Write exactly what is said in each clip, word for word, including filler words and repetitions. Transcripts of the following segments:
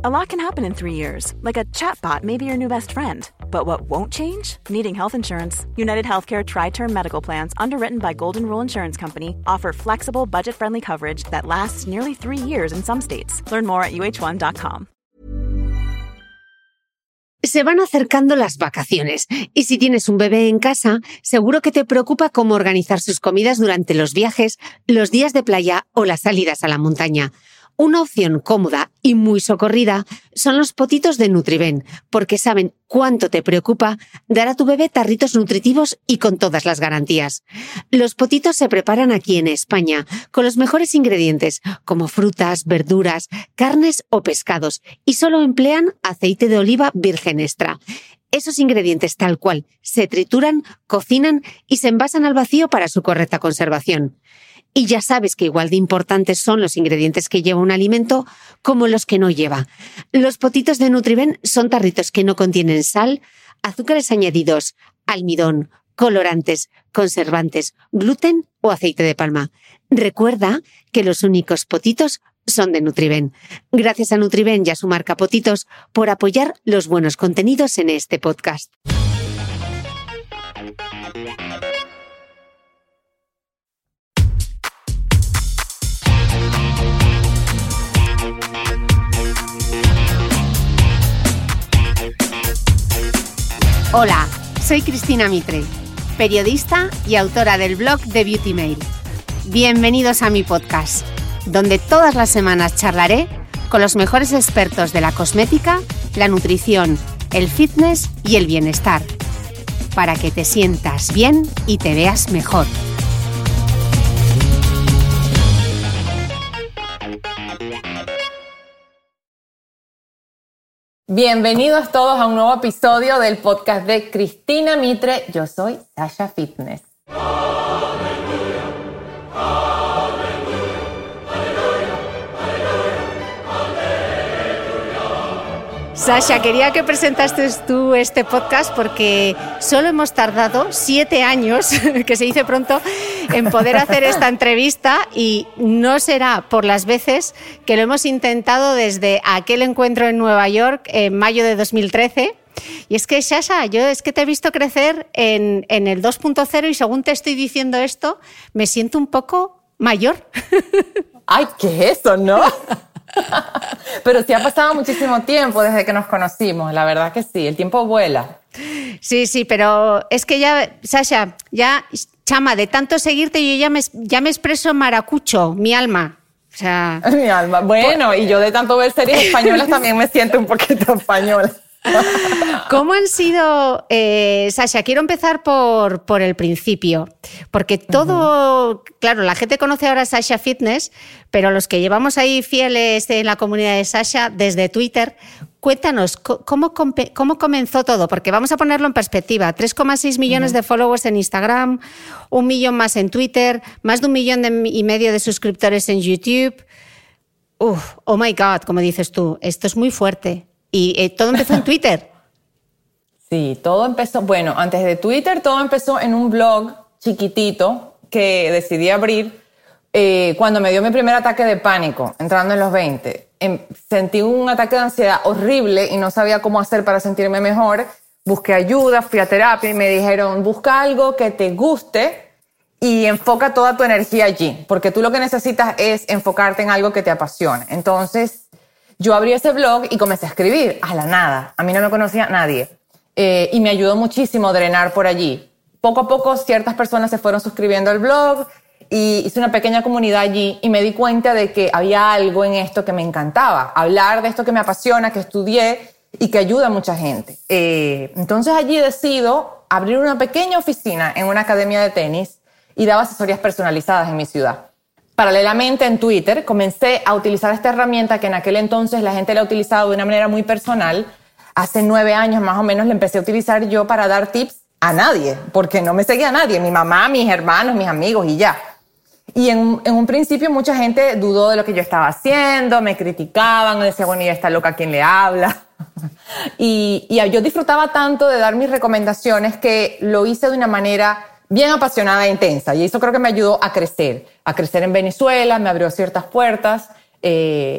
A lot can happen in three years, like a chatbot may be your new best friend. But what won't change? Needing health insurance. United Healthcare Tri-Term Medical Plans, underwritten by Golden Rule Insurance Company, offer flexible, budget-friendly coverage that lasts nearly three years in some states. Learn more at U H one dot com. Se van acercando las vacaciones y si tienes un bebé en casa, seguro que te preocupa cómo organizar sus comidas durante los viajes, los días de playa o las salidas a la montaña. Una opción cómoda y muy socorrida son los potitos de Nutriben, porque saben cuánto te preocupa dar a tu bebé tarritos nutritivos y con todas las garantías. Los potitos se preparan aquí en España con los mejores ingredientes, como frutas, verduras, carnes o pescados, y solo emplean aceite de oliva virgen extra. Esos ingredientes tal cual se trituran, cocinan y se envasan al vacío para su correcta conservación. Y ya sabes que igual de importantes son los ingredientes que lleva un alimento como los que no lleva. Los potitos de Nutriben son tarritos que no contienen sal, azúcares añadidos, almidón, colorantes, conservantes, gluten o aceite de palma. Recuerda que los únicos potitos son de Nutriben. Gracias a Nutriben y a su marca Potitos por apoyar los buenos contenidos en este podcast. Hola, soy Cristina Mitre, periodista y autora del blog de Beauty Mail. Bienvenidos a mi podcast, donde todas las semanas charlaré con los mejores expertos de la cosmética, la nutrición, el fitness y el bienestar, para que te sientas bien y te veas mejor. Bienvenidos todos a un nuevo episodio del podcast de Cristina Mitre. Yo soy Sasha Fitness. Sasha, quería que presentases tú este podcast porque solo hemos tardado siete años, que se dice pronto, en poder hacer esta entrevista y no será por las veces que lo hemos intentado desde aquel encuentro en Nueva York en mayo de dos mil trece. Y es que, Sasha, yo es que te he visto crecer en, en el dos punto cero y según te estoy diciendo esto, me siento un poco mayor. ¡Ay, qué es eso, ¿no? Pero sí ha pasado muchísimo tiempo desde que nos conocimos, la verdad que sí, el tiempo vuela. Sí, sí, pero es que ya, Sasha, ya, chama, de tanto seguirte yo ya me, ya me expreso maracucho, mi alma. O sea, mi alma, bueno, por... y yo de tanto ver series españolas también me siento un poquito española. ¿Cómo han sido, eh, Sasha? Quiero empezar por, por el principio, porque todo, uh-huh. claro, la gente conoce ahora a Sasha Fitness, pero los que llevamos ahí fieles en la comunidad de Sasha desde Twitter, cuéntanos, ¿cómo, cómo comenzó todo? Porque vamos a ponerlo en perspectiva, tres coma seis millones uh-huh. de followers en Instagram, un millón más en Twitter, más de un millón de, y medio de suscriptores en YouTube. Uf, oh my God, como dices tú, esto es muy fuerte. Y eh, todo empezó en Twitter. Sí, todo empezó, bueno, antes de Twitter todo empezó en un blog chiquitito que decidí abrir eh, cuando me dio mi primer ataque de pánico, entrando en los veinte. Em, sentí un ataque de ansiedad horrible y no sabía cómo hacer para sentirme mejor. Busqué ayuda, fui a terapia y me dijeron, busca algo que te guste y enfoca toda tu energía allí, porque tú lo que necesitas es enfocarte en algo que te apasione. Entonces, yo abrí ese blog y comencé a escribir a la nada. A mí no me conocía nadie. Eh, y me ayudó muchísimo a drenar por allí. Poco a poco ciertas personas se fueron suscribiendo al blog y hice una pequeña comunidad allí y me di cuenta de que había algo en esto que me encantaba. Hablar de esto que me apasiona, que estudié y que ayuda a mucha gente. Eh, entonces allí decido abrir una pequeña oficina en una academia de tenis y daba asesorías personalizadas en mi ciudad. Paralelamente en Twitter comencé a utilizar esta herramienta que en aquel entonces la gente la ha utilizado de una manera muy personal. Hace nueve años más o menos la empecé a utilizar yo para dar tips a nadie, porque no me seguía nadie, mi mamá, mis hermanos, mis amigos y ya. Y en, en un principio mucha gente dudó de lo que yo estaba haciendo, me criticaban, me decían, bueno, ¿y esta loca quién le habla? y, y yo disfrutaba tanto de dar mis recomendaciones que lo hice de una manera bien apasionada e intensa, y eso creo que me ayudó a crecer, a crecer en Venezuela, me abrió ciertas puertas, eh,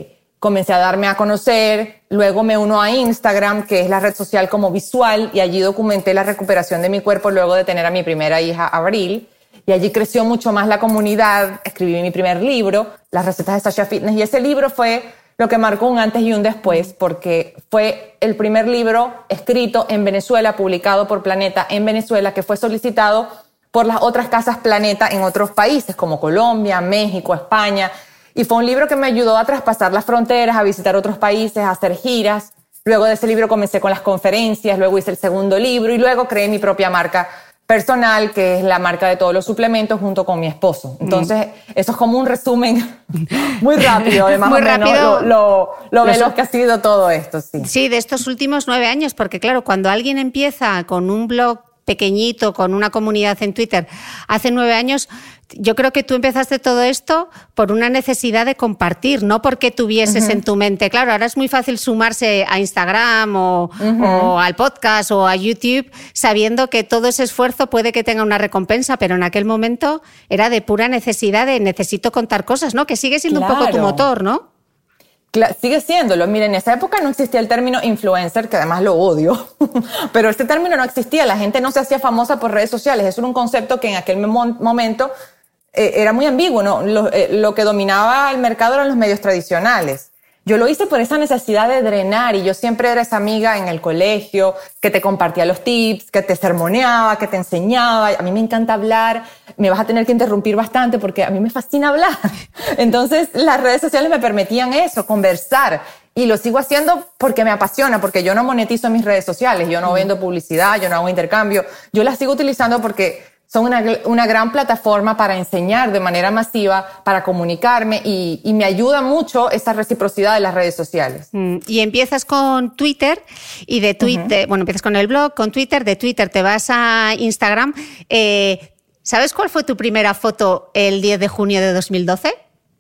comencé a darme a conocer, luego me uno a Instagram, que es la red social como visual, y allí documenté la recuperación de mi cuerpo luego de tener a mi primera hija, Abril, y allí creció mucho más la comunidad, escribí mi primer libro, Las recetas de Sasha Fitness, y ese libro fue lo que marcó un antes y un después, porque fue el primer libro escrito en Venezuela, publicado por Planeta en Venezuela, que fue solicitado por las otras casas Planeta en otros países, como Colombia, México, España. Y fue un libro que me ayudó a traspasar las fronteras, a visitar otros países, a hacer giras. Luego de ese libro comencé con las conferencias, luego hice el segundo libro y luego creé mi propia marca personal, que es la marca de todos los suplementos, junto con mi esposo. Entonces, mm. eso es como un resumen muy rápido, de más muy o menos rápido. lo, lo, lo veloz que ha sido todo esto. Sí. sí, de estos últimos nueve años, porque claro, cuando alguien empieza con un blog pequeñito, con una comunidad en Twitter, hace nueve años, yo creo que tú empezaste todo esto por una necesidad de compartir, no porque tuvieses uh-huh. en tu mente. Claro, ahora es muy fácil sumarse a Instagram o, uh-huh. o al podcast o a YouTube sabiendo que todo ese esfuerzo puede que tenga una recompensa, pero en aquel momento era de pura necesidad de necesito contar cosas, ¿no? Que sigue siendo claro. un poco tu motor, ¿no? Sigue siéndolo. Miren, en esa época no existía el término influencer, que además lo odio, pero este término no existía. La gente no se hacía famosa por redes sociales. Eso era un concepto que en aquel momento eh, era muy ambiguo, ¿no? Lo, eh, lo que dominaba el mercado eran los medios tradicionales. Yo lo hice por esa necesidad de drenar y yo siempre era esa amiga en el colegio que te compartía los tips, que te sermoneaba, que te enseñaba. A mí me encanta hablar, me vas a tener que interrumpir bastante porque a mí me fascina hablar. Entonces las redes sociales me permitían eso, conversar. Y lo sigo haciendo porque me apasiona, porque yo no monetizo mis redes sociales, yo no vendo publicidad, yo no hago intercambio. Yo las sigo utilizando porque son una, una gran plataforma para enseñar de manera masiva, para comunicarme y, y me ayuda mucho esa reciprocidad de las redes sociales. Mm, y empiezas con Twitter y de Twitter, uh-huh. bueno, empiezas con el blog, con Twitter, de Twitter te vas a Instagram. Eh, ¿Sabes cuál fue tu primera foto el diez de junio de dos mil doce?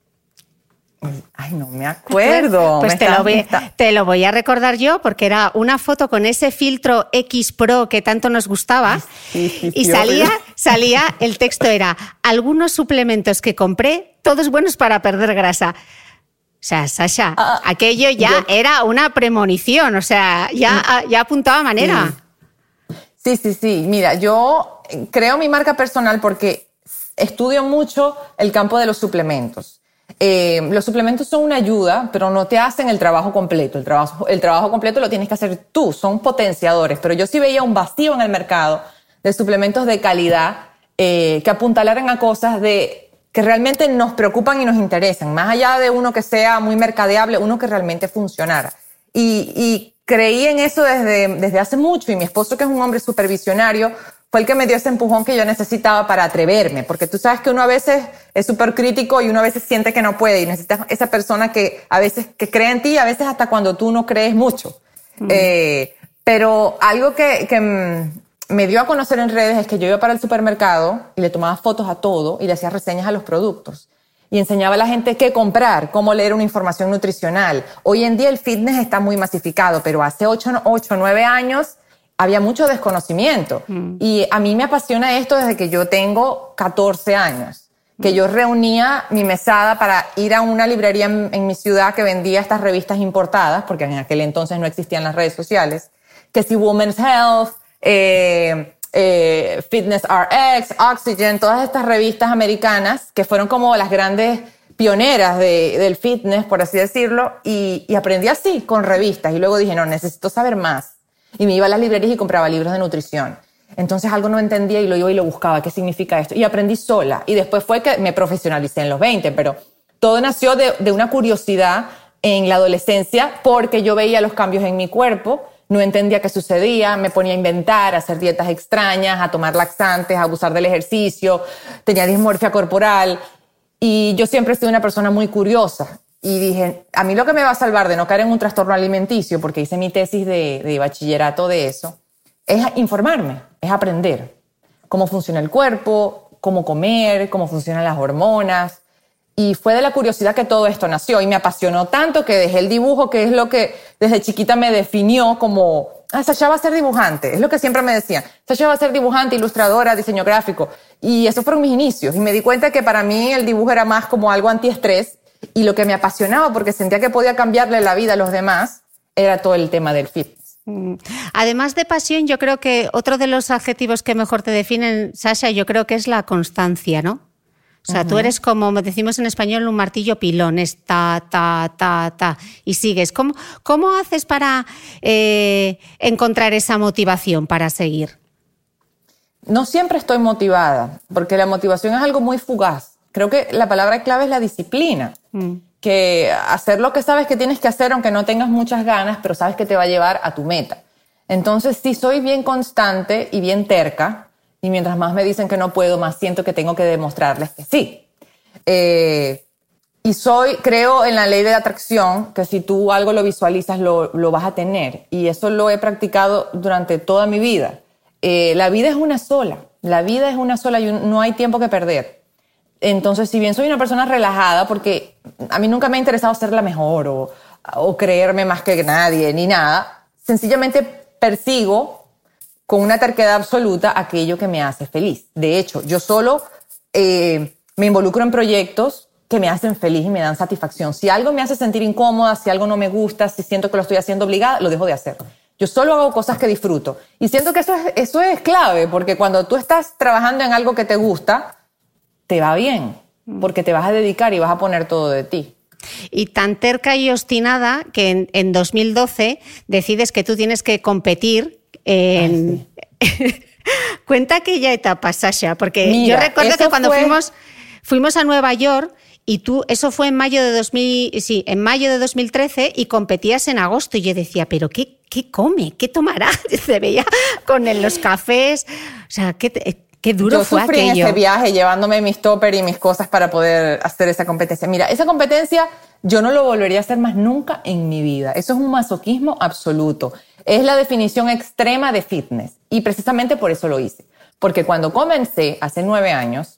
Ay, no me acuerdo. Pues me te, está, lo voy, está... te lo voy a recordar yo porque era una foto con ese filtro X Pro que tanto nos gustaba. Sí, sí, y sí, salía, salía, el texto era, algunos suplementos que compré, todos buenos para perder grasa. O sea, Sasha, ah, aquello ya yo... era una premonición, o sea, ya, ya apuntaba manera. Sí. sí, sí, sí. Mira, yo creo mi marca personal porque estudio mucho el campo de los suplementos. Eh, los suplementos son una ayuda, pero no te hacen el trabajo completo. El trabajo, el trabajo completo lo tienes que hacer tú, son potenciadores. Pero yo sí veía un vacío en el mercado de suplementos de calidad eh, que apuntalaran a cosas de, que realmente nos preocupan y nos interesan. Más allá de uno que sea muy mercadeable, uno que realmente funcionara. Y, y creí en eso desde, desde hace mucho. Y mi esposo, que es un hombre supervisionario, fue el que me dio ese empujón que yo necesitaba para atreverme, porque tú sabes que uno a veces es súper crítico y uno a veces siente que no puede y necesitas esa persona que a veces que cree en ti, a veces hasta cuando tú no crees mucho. Mm. Eh, pero algo que, que me dio a conocer en redes es que yo iba para el supermercado y le tomaba fotos a todo y le hacía reseñas a los productos y enseñaba a la gente qué comprar, cómo leer una información nutricional. Hoy en día el fitness está muy masificado, pero hace ocho o nueve años había mucho desconocimiento. Mm. Y a mí me apasiona esto desde que yo tengo catorce años, que mm. yo reunía mi mesada para ir a una librería en, en mi ciudad que vendía estas revistas importadas, porque en aquel entonces no existían las redes sociales, que si Women's Health, eh, eh, Fitness R X, Oxygen, todas estas revistas americanas que fueron como las grandes pioneras de, del fitness, por así decirlo, y, y aprendí así, con revistas. Y luego dije, no, necesito saber más. Y me iba a las librerías y compraba libros de nutrición. Entonces algo no entendía y lo iba y lo buscaba. ¿Qué significa esto? Y aprendí sola. Y después fue que me profesionalicé en los veinte. Pero todo nació de, de una curiosidad en la adolescencia porque yo veía los cambios en mi cuerpo, no entendía qué sucedía, me ponía a inventar, a hacer dietas extrañas, a tomar laxantes, a abusar del ejercicio, tenía dismorfia corporal. Y yo siempre he sido una persona muy curiosa. Y dije, a mí lo que me va a salvar de no caer en un trastorno alimenticio, porque hice mi tesis de, de bachillerato de eso, es informarme, es aprender cómo funciona el cuerpo, cómo comer, cómo funcionan las hormonas. Y fue de la curiosidad que todo esto nació y me apasionó tanto que dejé el dibujo, que es lo que desde chiquita me definió como, ah, Sasha va a ser dibujante. Es lo que siempre me decían. Sasha va a ser dibujante, ilustradora, diseño gráfico. Y esos fueron mis inicios. Y me di cuenta que para mí el dibujo era más como algo antiestrés. Y lo que me apasionaba, porque sentía que podía cambiarle la vida a los demás, era todo el tema del fitness. Además de pasión, yo creo que otro de los adjetivos que mejor te definen, Sasha, yo creo que es la constancia, ¿no? O sea, uh-huh. tú eres, como decimos en español, un martillo pilón, es ta, ta, ta, ta, y sigues. ¿Cómo, cómo haces para eh, encontrar esa motivación para seguir? No siempre estoy motivada, porque la motivación es algo muy fugaz. Creo que la palabra clave es la disciplina. Mm. Que hacer lo que sabes que tienes que hacer, aunque no tengas muchas ganas, pero sabes que te va a llevar a tu meta. Entonces, sí, soy bien constante y bien terca, y mientras más me dicen que no puedo, más siento que tengo que demostrarles que sí. Eh, y soy, creo en la ley de la atracción, que si tú algo lo visualizas, lo, lo vas a tener. Y eso lo he practicado durante toda mi vida. Eh, la vida es una sola. La vida es una sola y no hay tiempo que perder. Entonces, si bien soy una persona relajada, porque a mí nunca me ha interesado ser la mejor o, o creerme más que nadie, ni nada, sencillamente persigo con una terquedad absoluta aquello que me hace feliz. De hecho, yo solo eh, me involucro en proyectos que me hacen feliz y me dan satisfacción. Si algo me hace sentir incómoda, si algo no me gusta, si siento que lo estoy haciendo obligada, lo dejo de hacer. Yo solo hago cosas que disfruto. Y siento que eso es, eso es clave, porque cuando tú estás trabajando en algo que te gusta, te va bien, porque te vas a dedicar y vas a poner todo de ti. Y tan terca y obstinada que en, en dos mil doce decides que tú tienes que competir en... Ay, sí. Cuenta aquella etapa, Sasha, porque Mira, yo recuerdo que cuando fue... fuimos, fuimos a Nueva York y tú, eso fue en mayo de dos mil, sí, en mayo de dos mil trece y competías en agosto y yo decía, pero ¿qué, qué come? ¿Qué tomará? Se veía con los cafés, o sea, ¿qué, qué duro yo fue aquello? Yo sufrí en ese viaje llevándome mis toppers y mis cosas para poder hacer esa competencia. Mira, esa competencia yo no lo volvería a hacer más nunca en mi vida. Eso es un masoquismo absoluto. Es la definición extrema de fitness y precisamente por eso lo hice. Porque cuando comencé, hace nueve años,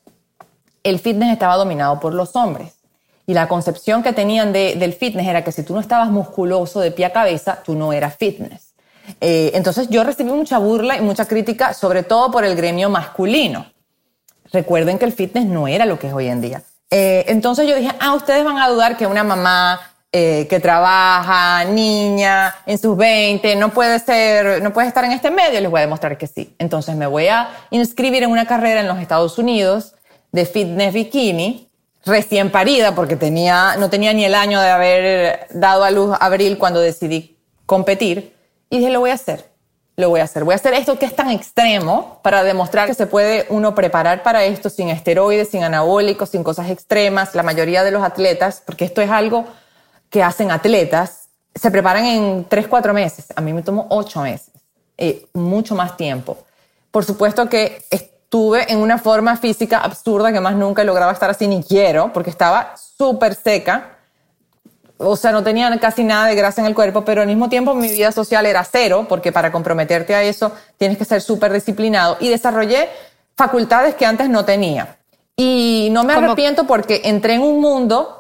el fitness estaba dominado por los hombres. Y la concepción que tenían de, del fitness era que si tú no estabas musculoso de pie a cabeza, tú no eras fitness. Eh, entonces yo recibí mucha burla y mucha crítica, sobre todo por el gremio masculino. Recuerden que el fitness no era lo que es hoy en día. Eh, entonces yo dije, ah, ustedes van a dudar que una mamá eh, que trabaja, niña, en sus veinte, no puede ser, no puede estar en este medio. Les voy a demostrar que sí. Entonces me voy a inscribir en una carrera en los Estados Unidos de fitness bikini, recién parida, porque tenía, no tenía ni el año de haber dado a luz abril cuando decidí competir. Y dije, lo voy a hacer, lo voy a hacer. Voy a hacer esto que es tan extremo para demostrar que se puede uno preparar para esto sin esteroides, sin anabólicos, sin cosas extremas. La mayoría de los atletas, porque esto es algo que hacen atletas, se preparan en tres, cuatro meses. A mí me tomó ocho meses, eh, mucho más tiempo. Por supuesto que estuve en una forma física absurda que más nunca lograba estar así, ni quiero, porque estaba súper seca. O sea, no tenía casi nada de grasa en el cuerpo, pero al mismo tiempo mi vida social era cero, porque para comprometerte a eso tienes que ser súper disciplinado. Y desarrollé facultades que antes no tenía. Y no me arrepiento porque entré en un mundo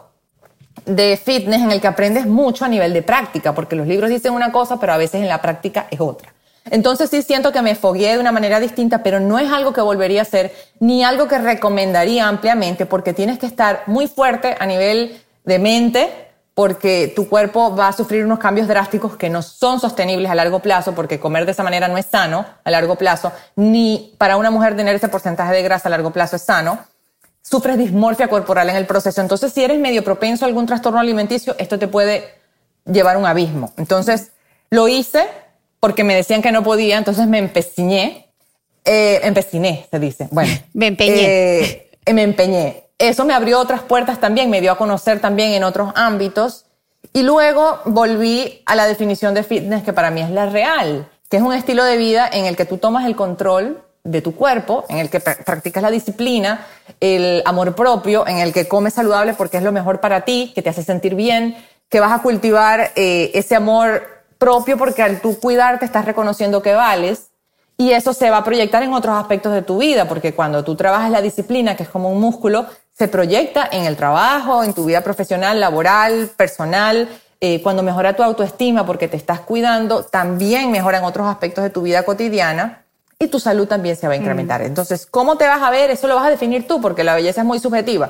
de fitness en el que aprendes mucho a nivel de práctica, porque los libros dicen una cosa, pero a veces en la práctica es otra. Entonces sí siento que me fogueé de una manera distinta, pero no es algo que volvería a hacer, ni algo que recomendaría ampliamente, porque tienes que estar muy fuerte a nivel de mente, porque tu cuerpo va a sufrir unos cambios drásticos que no son sostenibles a largo plazo, porque comer de esa manera no es sano a largo plazo, ni para una mujer tener ese porcentaje de grasa a largo plazo es sano. Sufres dismorfia corporal en el proceso. Entonces, si eres medio propenso a algún trastorno alimenticio, esto te puede llevar a un abismo. Entonces, lo hice porque me decían que no podía, entonces me empeciné. Eh, empeciné, se dice. Bueno. Me empeñé. Eh, me empeñé. Eso me abrió otras puertas también, me dio a conocer también en otros ámbitos. Y luego volví a la definición de fitness que para mí es la real, que es un estilo de vida en el que tú tomas el control de tu cuerpo, en el que pr- practicas la disciplina, el amor propio, en el que comes saludable porque es lo mejor para ti, que te hace sentir bien, que vas a cultivar eh, ese amor propio porque al tú cuidarte estás reconociendo que vales. Y eso se va a proyectar en otros aspectos de tu vida, porque cuando tú trabajas la disciplina, que es como un músculo, se proyecta en el trabajo, en tu vida profesional, laboral, personal. Eh, cuando mejora tu autoestima porque te estás cuidando, también mejora en otros aspectos de tu vida cotidiana y tu salud también se va a incrementar. Mm. Entonces, ¿cómo te vas a ver? Eso lo vas a definir tú, porque la belleza es muy subjetiva.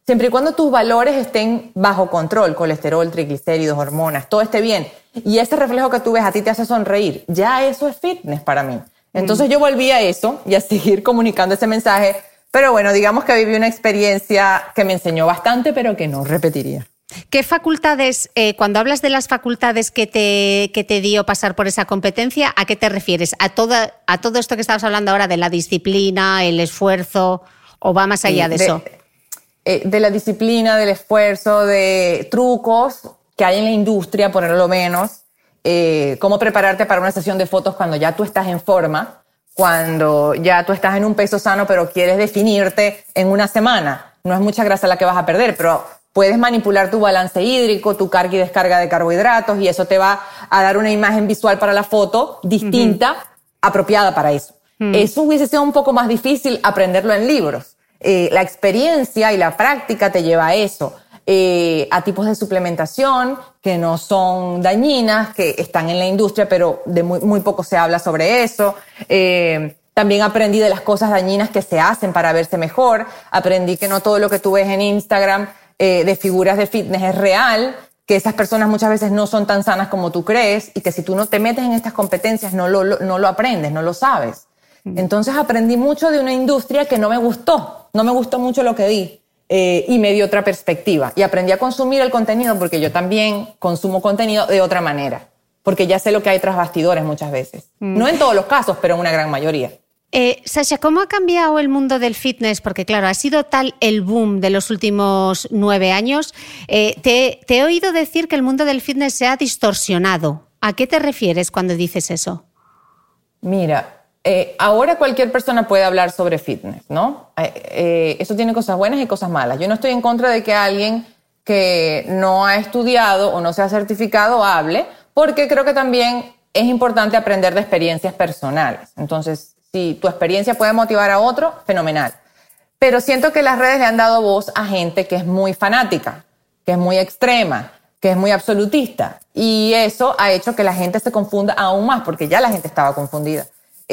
Siempre y cuando tus valores estén bajo control, colesterol, triglicéridos, hormonas, todo esté bien, y ese reflejo que tú ves a ti te hace sonreír, ya eso es fitness para mí. Entonces mm. yo volví a eso y a seguir comunicando ese mensaje, pero bueno, digamos que viví una experiencia que me enseñó bastante, pero que no repetiría. ¿Qué facultades, eh, cuando hablas de las facultades que te, que te dio pasar por esa competencia, ¿a qué te refieres? ¿A, toda, a todo esto que estabas hablando ahora de la disciplina, el esfuerzo, o va más allá sí, de, de eso? Eh, de la disciplina, del esfuerzo, de trucos que hay en la industria, por lo menos, eh, cómo prepararte para una sesión de fotos cuando ya tú estás en forma, cuando ya tú estás en un peso sano pero quieres definirte en una semana. No es mucha grasa la que vas a perder, pero puedes manipular tu balance hídrico, tu carga y descarga de carbohidratos, y eso te va a dar una imagen visual para la foto distinta, uh-huh. apropiada para eso. Uh-huh. Eso hubiese sido un poco más difícil aprenderlo en libros. Eh, la experiencia y la práctica te lleva a eso. Eh, a tipos de suplementación que no son dañinas, que están en la industria, pero de muy, muy poco se habla sobre eso. Eh, también aprendí de las cosas dañinas que se hacen para verse mejor. Aprendí que no todo lo que tú ves en Instagram eh, de figuras de fitness es real, que esas personas muchas veces no son tan sanas como tú crees, y que si tú no te metes en estas competencias no lo, lo, no lo aprendes, no lo sabes. Mm. Entonces aprendí mucho de una industria que no me gustó, no me gustó mucho lo que vi. Eh, y me dio otra perspectiva. Y aprendí a consumir el contenido porque yo también consumo contenido de otra manera. Porque ya sé lo que hay tras bastidores muchas veces. Mm. No en todos los casos, pero en una gran mayoría. Eh, Sasha, ¿cómo ha cambiado el mundo del fitness? Porque claro, ha sido tal el boom de los últimos nueve años. Eh, te, te he oído decir que el mundo del fitness se ha distorsionado. ¿A qué te refieres cuando dices eso? Mira... Eh, ahora cualquier persona puede hablar sobre fitness, ¿no? Eh, eh, eso tiene cosas buenas y cosas malas. Yo no estoy en contra de que alguien que no ha estudiado o no se ha certificado hable, porque creo que también es importante aprender de experiencias personales. Entonces, si tu experiencia puede motivar a otro, fenomenal. Pero siento que las redes le han dado voz a gente que es muy fanática, que es muy extrema, que es muy absolutista. Y eso ha hecho que la gente se confunda aún más, porque ya la gente estaba confundida.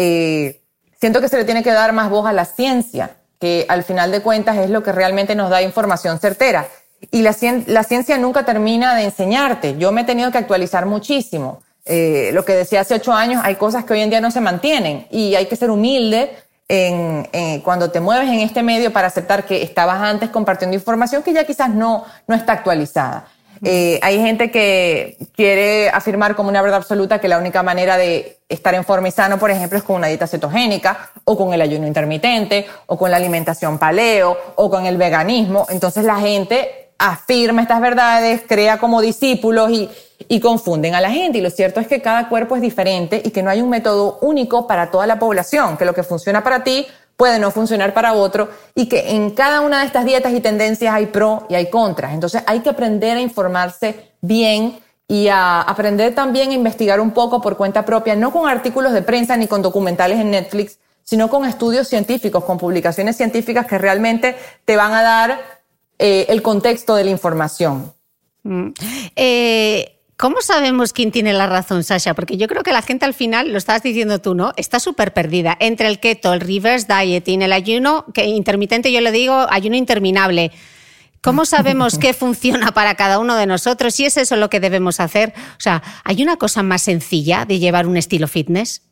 Eh, siento que se le tiene que dar más voz a la ciencia, que al final de cuentas es lo que realmente nos da información certera. Y la, cien- la ciencia nunca termina de enseñarte. Yo me he tenido que actualizar muchísimo. Eh, lo que decía hace ocho años, hay cosas que hoy en día no se mantienen, y hay que ser humilde en, en, cuando te mueves en este medio para aceptar que estabas antes compartiendo información que ya quizás no, no está actualizada. Eh, hay gente que quiere afirmar como una verdad absoluta que la única manera de estar en forma y sano, por ejemplo, es con una dieta cetogénica, o con el ayuno intermitente, o con la alimentación paleo, o con el veganismo. Entonces la gente afirma estas verdades, crea como discípulos y, y confunden a la gente. Y lo cierto es que cada cuerpo es diferente y que no hay un método único para toda la población, que lo que funciona para ti puede no funcionar para otro, y que en cada una de estas dietas y tendencias hay pro y hay contras. Entonces hay que aprender a informarse bien y a aprender también a investigar un poco por cuenta propia, no con artículos de prensa ni con documentales en Netflix, sino con estudios científicos, con publicaciones científicas que realmente te van a dar eh, el contexto de la información. Mm. Eh... ¿Cómo sabemos quién tiene la razón, Sasha? Porque yo creo que la gente al final, lo estabas diciendo tú, ¿no? Está súper perdida. Entre el keto, el reverse dieting, el ayuno que intermitente, yo le digo ayuno interminable. ¿Cómo sabemos qué funciona para cada uno de nosotros? ¿Y es eso lo que debemos hacer? O sea, ¿hay una cosa más sencilla de llevar un estilo fitness?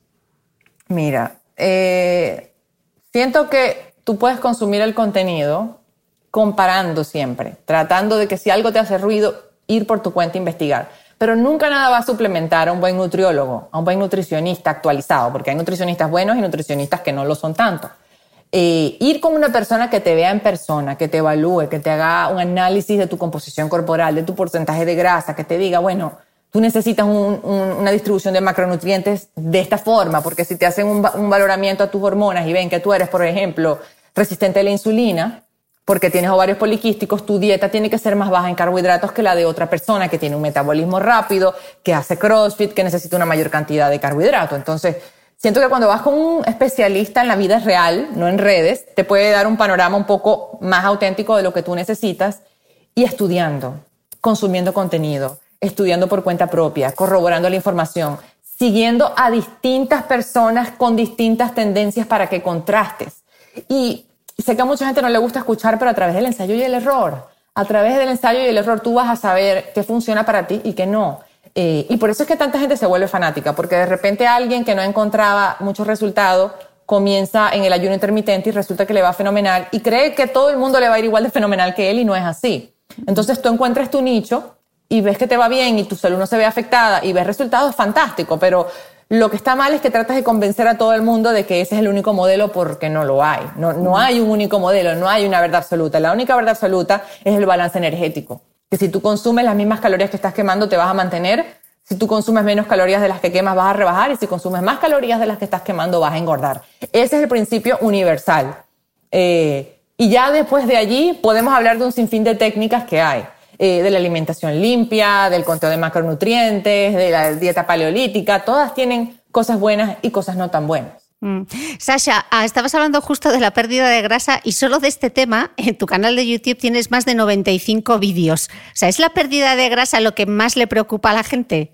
Mira, eh, siento que tú puedes consumir el contenido comparando siempre, tratando de que si algo te hace ruido, ir por tu cuenta a investigar. Pero nunca nada va a suplementar a un buen nutriólogo, a un buen nutricionista actualizado, porque hay nutricionistas buenos y nutricionistas que no lo son tanto. Eh, ir con una persona que te vea en persona, que te evalúe, que te haga un análisis de tu composición corporal, de tu porcentaje de grasa, que te diga, bueno, tú necesitas un, un, una distribución de macronutrientes de esta forma, porque si te hacen un, un valoramiento a tus hormonas y ven que tú eres, por ejemplo, resistente a la insulina, porque tienes ovarios poliquísticos, tu dieta tiene que ser más baja en carbohidratos que la de otra persona que tiene un metabolismo rápido, que hace CrossFit, que necesita una mayor cantidad de carbohidratos. Entonces, siento que cuando vas con un especialista en la vida real, no en redes, te puede dar un panorama un poco más auténtico de lo que tú necesitas, y estudiando, consumiendo contenido, estudiando por cuenta propia, corroborando la información, siguiendo a distintas personas con distintas tendencias para que contrastes. Y sé que a mucha gente no le gusta escuchar, pero a través del ensayo y el error. A través del ensayo y el error tú vas a saber qué funciona para ti y qué no. Eh, y por eso es que tanta gente se vuelve fanática, porque de repente alguien que no encontraba muchos resultados comienza en el ayuno intermitente y resulta que le va fenomenal y cree que todo el mundo le va a ir igual de fenomenal que él y no es así. Entonces tú encuentras tu nicho y ves que te va bien y tu salud no se ve afectada y ves resultados fantásticos, pero lo que está mal es que tratas de convencer a todo el mundo de que ese es el único modelo porque no lo hay. No, no hay un único modelo, no hay una verdad absoluta. La única verdad absoluta es el balance energético. Que si tú consumes las mismas calorías que estás quemando te vas a mantener. Si tú consumes menos calorías de las que quemas vas a rebajar y si consumes más calorías de las que estás quemando vas a engordar. Ese es el principio universal. Eh, y ya después de allí podemos hablar de un sinfín de técnicas que hay. Eh, de la alimentación limpia, del conteo de macronutrientes, de la dieta paleolítica. Todas tienen cosas buenas y cosas no tan buenas. Mm. Sasha, ah, estabas hablando justo de la pérdida de grasa y solo de este tema en tu canal de YouTube tienes más de noventa y cinco vídeos. O sea, ¿es la pérdida de grasa lo que más le preocupa a la gente?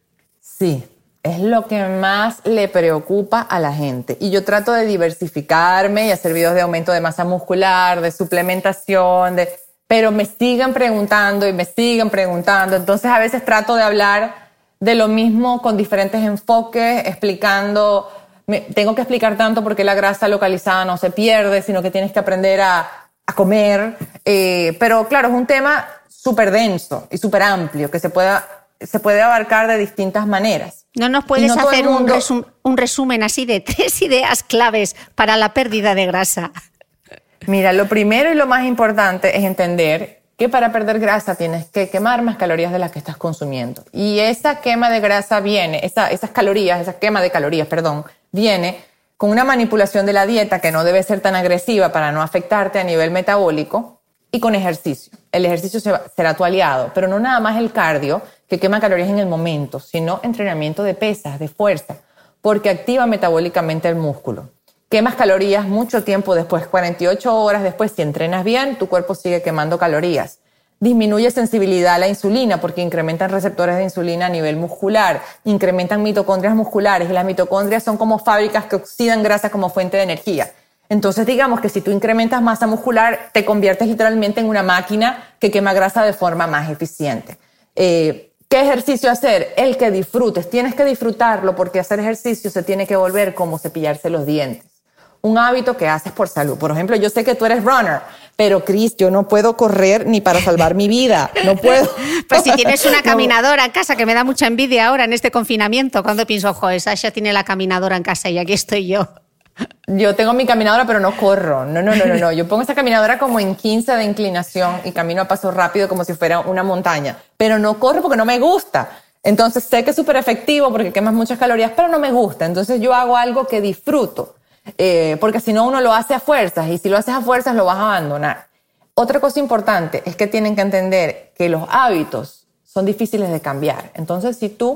Sí, es lo que más le preocupa a la gente. Y yo trato de diversificarme y hacer videos de aumento de masa muscular, de suplementación, de... pero me siguen preguntando y me siguen preguntando. Entonces a veces trato de hablar de lo mismo con diferentes enfoques, explicando... Me, tengo que explicar tanto porque la grasa localizada no se pierde, sino que tienes que aprender a, a comer. Eh, pero claro, es un tema súper denso y súper amplio que se puede, se puede abarcar de distintas maneras. ¿No nos puedes no hacer mundo... un, resum, un resumen así de tres ideas claves para la pérdida de grasa? Mira, lo primero y lo más importante es entender que para perder grasa tienes que quemar más calorías de las que estás consumiendo. Y esa quema de grasa viene, esa, esas calorías, esa quema de calorías, perdón, viene con una manipulación de la dieta que no debe ser tan agresiva para no afectarte a nivel metabólico y con ejercicio. El ejercicio será tu aliado, pero no nada más el cardio que quema calorías en el momento, sino entrenamiento de pesas, de fuerza, porque activa metabólicamente el músculo. Quemas calorías mucho tiempo después, cuarenta y ocho horas después, si entrenas bien, tu cuerpo sigue quemando calorías. Disminuye sensibilidad a la insulina porque incrementan receptores de insulina a nivel muscular, incrementan mitocondrias musculares y las mitocondrias son como fábricas que oxidan grasa como fuente de energía. Entonces digamos que si tú incrementas masa muscular, te conviertes literalmente en una máquina que quema grasa de forma más eficiente. Eh, ¿Qué ejercicio hacer? El que disfrutes. Tienes que disfrutarlo porque hacer ejercicio se tiene que volver como cepillarse los dientes. Un hábito que haces por salud. Por ejemplo, yo sé que tú eres runner, pero Cris, yo no puedo correr ni para salvar mi vida. No puedo. Pues si tienes una caminadora en casa, que me da mucha envidia ahora en este confinamiento, cuando pienso, joder, Sasha tiene la caminadora en casa y aquí estoy yo. Yo tengo mi caminadora, pero no corro. No, no, no, no, no. Yo pongo esa caminadora como en quince de inclinación y camino a paso rápido como si fuera una montaña. Pero no corro porque no me gusta. Entonces sé que es súper efectivo porque quemas muchas calorías, pero no me gusta. Entonces yo hago algo que disfruto. Eh, porque si no uno lo hace a fuerzas y si lo haces a fuerzas lo vas a abandonar. Otra cosa importante es que tienen que entender que los hábitos son difíciles de cambiar. Entonces si tú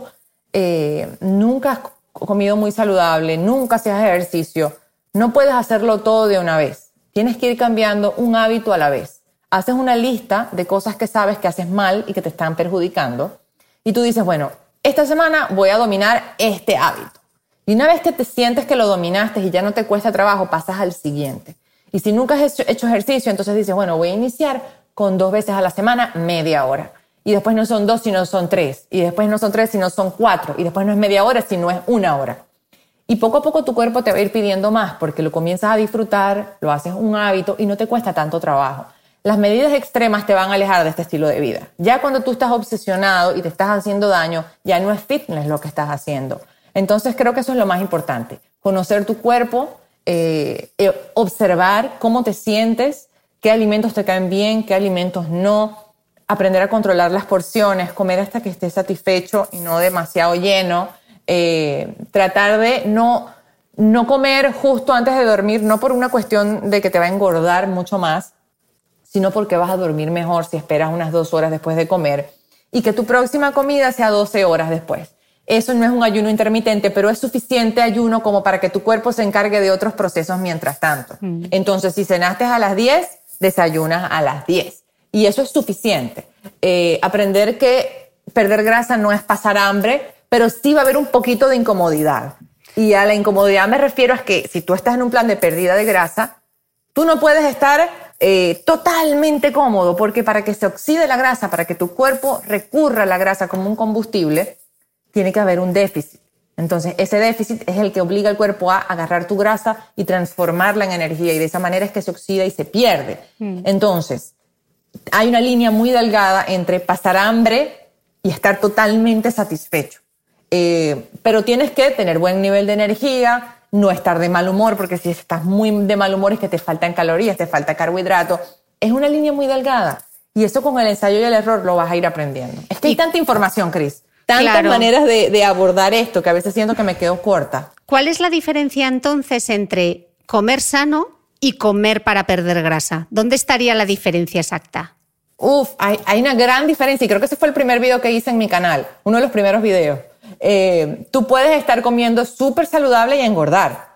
eh, nunca has comido muy saludable, nunca haces ejercicio, no puedes hacerlo todo de una vez. Tienes que ir cambiando un hábito a la vez. Haces una lista de cosas que sabes que haces mal y que te están perjudicando y tú dices, bueno, esta semana voy a dominar este hábito. Y una vez que te sientes que lo dominaste y ya no te cuesta trabajo, pasas al siguiente. Y si nunca has hecho ejercicio, entonces dices, bueno, voy a iniciar con dos veces a la semana, media hora. Y después no son dos, sino son tres. Y después no son tres, sino son cuatro. Y después no es media hora, sino es una hora. Y poco a poco tu cuerpo te va a ir pidiendo más porque lo comienzas a disfrutar, lo haces un hábito y no te cuesta tanto trabajo. Las medidas extremas te van a alejar de este estilo de vida. Ya cuando tú estás obsesionado y te estás haciendo daño, ya no es fitness lo que estás haciendo. Entonces creo que eso es lo más importante, conocer tu cuerpo, eh, eh, observar cómo te sientes, qué alimentos te caen bien, qué alimentos no, aprender a controlar las porciones, comer hasta que estés satisfecho y no demasiado lleno, eh, tratar de no, no comer justo antes de dormir, no por una cuestión de que te va a engordar mucho más, sino porque vas a dormir mejor si esperas unas dos horas después de comer y que tu próxima comida sea doce horas después. Eso no es un ayuno intermitente, pero es suficiente ayuno como para que tu cuerpo se encargue de otros procesos mientras tanto. Mm. Entonces, si cenaste a las diez, desayunas a las diez. Y eso es suficiente. Eh, aprender que perder grasa no es pasar hambre, pero sí va a haber un poquito de incomodidad. Y a la incomodidad me refiero a que si tú estás en un plan de pérdida de grasa, Tú no puedes estar eh, totalmente cómodo porque para que se oxide la grasa, para que tu cuerpo recurra a la grasa como un combustible, tiene que haber un déficit. Entonces, ese déficit es el que obliga al cuerpo a agarrar tu grasa y transformarla en energía, y de esa manera es que se oxida y se pierde. Mm. Entonces, hay una línea muy delgada entre pasar hambre y estar totalmente satisfecho. Eh, pero tienes que tener buen nivel de energía, no estar de mal humor, porque si estás muy de mal humor es que te faltan calorías, te falta carbohidrato. Es una línea muy delgada, y eso con el ensayo y el error lo vas a ir aprendiendo. Es que hay tanta información, Cris. Tantas claro. maneras de, de abordar esto que a veces siento que me quedo corta. ¿Cuál es la diferencia entonces entre comer sano y comer para perder grasa? ¿Dónde estaría la diferencia exacta? Uf, hay, hay una gran diferencia, y creo que ese fue el primer video que hice en mi canal, uno de los primeros videos. Eh, tú puedes estar comiendo súper saludable y engordar,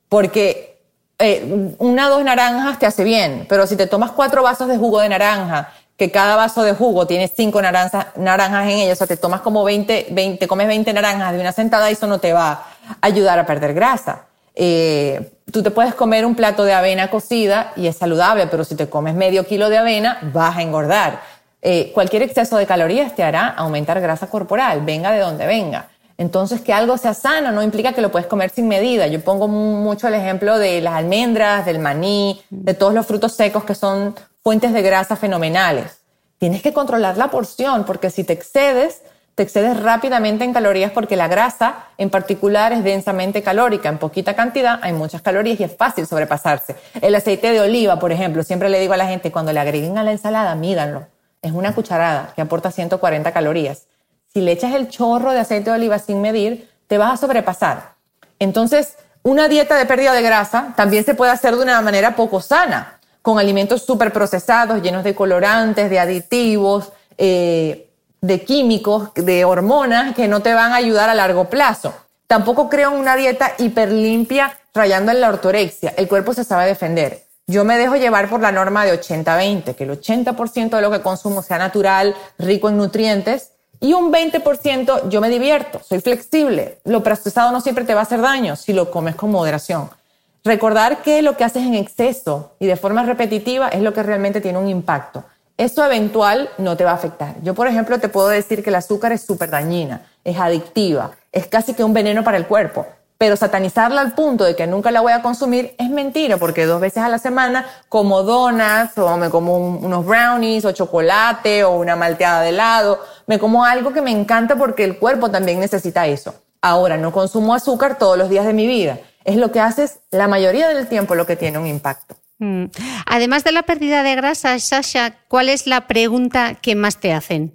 porque eh, una o dos naranjas te hace bien, pero si te tomas cuatro vasos de jugo de naranja, que cada vaso de jugo tiene cinco naranjas, naranjas en ellos, o sea, te tomas como veinte, veinte, comes veinte naranjas de una sentada, y eso no te va a ayudar a perder grasa. Eh, tú te puedes comer un plato de avena cocida y es saludable, pero si te comes medio kilo de avena, vas a engordar. Eh, cualquier exceso de calorías te hará aumentar grasa corporal, venga de donde venga. Entonces, que algo sea sano no implica que lo puedes comer sin medida. Yo pongo mucho el ejemplo de las almendras, del maní, de todos los frutos secos que son fuentes de grasa fenomenales. Tienes que controlar la porción, porque si te excedes, te excedes rápidamente en calorías, porque la grasa en particular es densamente calórica. En poquita cantidad hay muchas calorías y es fácil sobrepasarse. El aceite de oliva, por ejemplo, siempre le digo a la gente, cuando le agreguen a la ensalada, mídanlo. Es una cucharada que aporta ciento cuarenta calorías. Si le echas el chorro de aceite de oliva sin medir, te vas a sobrepasar. Entonces, una dieta de pérdida de grasa también se puede hacer de una manera poco sana, con alimentos súper procesados, llenos de colorantes, de aditivos, eh, de químicos, de hormonas que no te van a ayudar a largo plazo. Tampoco creo en una dieta hiperlimpia rayando en la ortorexia. El cuerpo se sabe defender. Yo me dejo llevar por la norma de ochenta veinte, que el ochenta por ciento de lo que consumo sea natural, rico en nutrientes, y un veinte por ciento yo me divierto, soy flexible. Lo procesado no siempre te va a hacer daño si lo comes con moderación. Recordar que lo que haces en exceso y de forma repetitiva es lo que realmente tiene un impacto. Eso eventual no te va a afectar. Yo, por ejemplo, te puedo decir que el azúcar es súper dañina, es adictiva, es casi que un veneno para el cuerpo. Pero satanizarla al punto de que nunca la voy a consumir es mentira, porque dos veces a la semana como donuts, o me como un, unos brownies, o chocolate, o una malteada de helado. Me como algo que me encanta porque el cuerpo también necesita eso. Ahora, no consumo azúcar todos los días de mi vida. Es lo que haces la mayoría del tiempo lo que tiene un impacto. Mm. Además de la pérdida de grasa, Sasha, ¿cuál es la pregunta que más te hacen?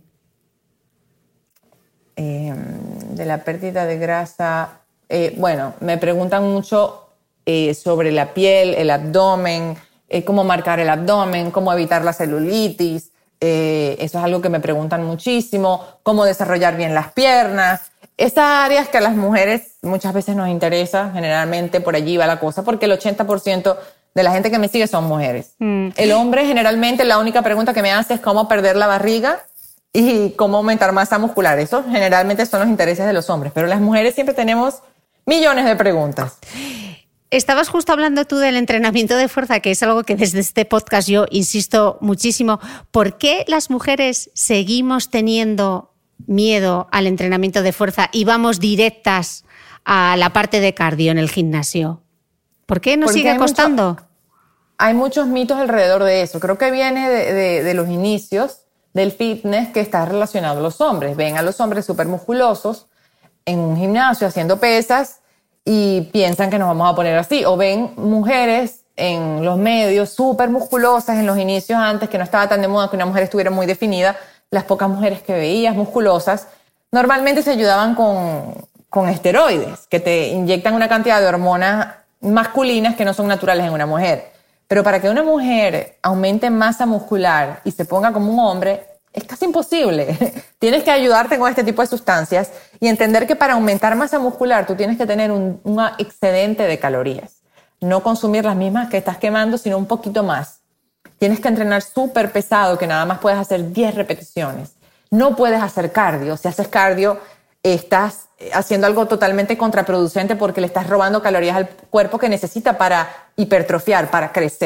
Eh, de la pérdida de grasa... Eh, bueno, me preguntan mucho eh, sobre la piel, el abdomen, eh, cómo marcar el abdomen, cómo evitar la celulitis. Eh, eso es algo que me preguntan muchísimo. Cómo desarrollar bien las piernas. Esas áreas que a las mujeres muchas veces nos interesa, generalmente por allí va la cosa, porque el ochenta por ciento de la gente que me sigue son mujeres. Mm. El hombre generalmente la única pregunta que me hace es cómo perder la barriga y cómo aumentar masa muscular. Eso generalmente son los intereses de los hombres, pero las mujeres siempre tenemos millones de preguntas. Estabas justo hablando tú del entrenamiento de fuerza, que es algo que desde este podcast yo insisto muchísimo. ¿Por qué las mujeres seguimos teniendo miedo al entrenamiento de fuerza y vamos directas a la parte de cardio en el gimnasio? ¿Por qué nos Porque sigue costando? Mucho, hay muchos mitos alrededor de eso. Creo que viene de, de, de los inicios del fitness, que está relacionado a los hombres. Ven a los hombres súper musculosos en un gimnasio haciendo pesas y piensan que nos vamos a poner así. O ven mujeres en los medios súper musculosas en los inicios, antes que no estaba tan de moda que una mujer estuviera muy definida. Las pocas mujeres que veías musculosas normalmente se ayudaban con, con esteroides, que te inyectan una cantidad de hormonas masculinas que no son naturales en una mujer. Pero para que una mujer aumente masa muscular y se ponga como un hombre, es casi imposible. Tienes que ayudarte con este tipo de sustancias y entender que para aumentar masa muscular tú tienes que tener un, un excedente de calorías. No consumir las mismas que estás quemando, sino un poquito más. Tienes que entrenar súper pesado, que nada más puedes hacer diez repeticiones. No puedes hacer cardio. Si haces cardio, estás haciendo algo totalmente contraproducente porque le estás robando calorías al cuerpo que necesita para hipertrofiar, para crecer.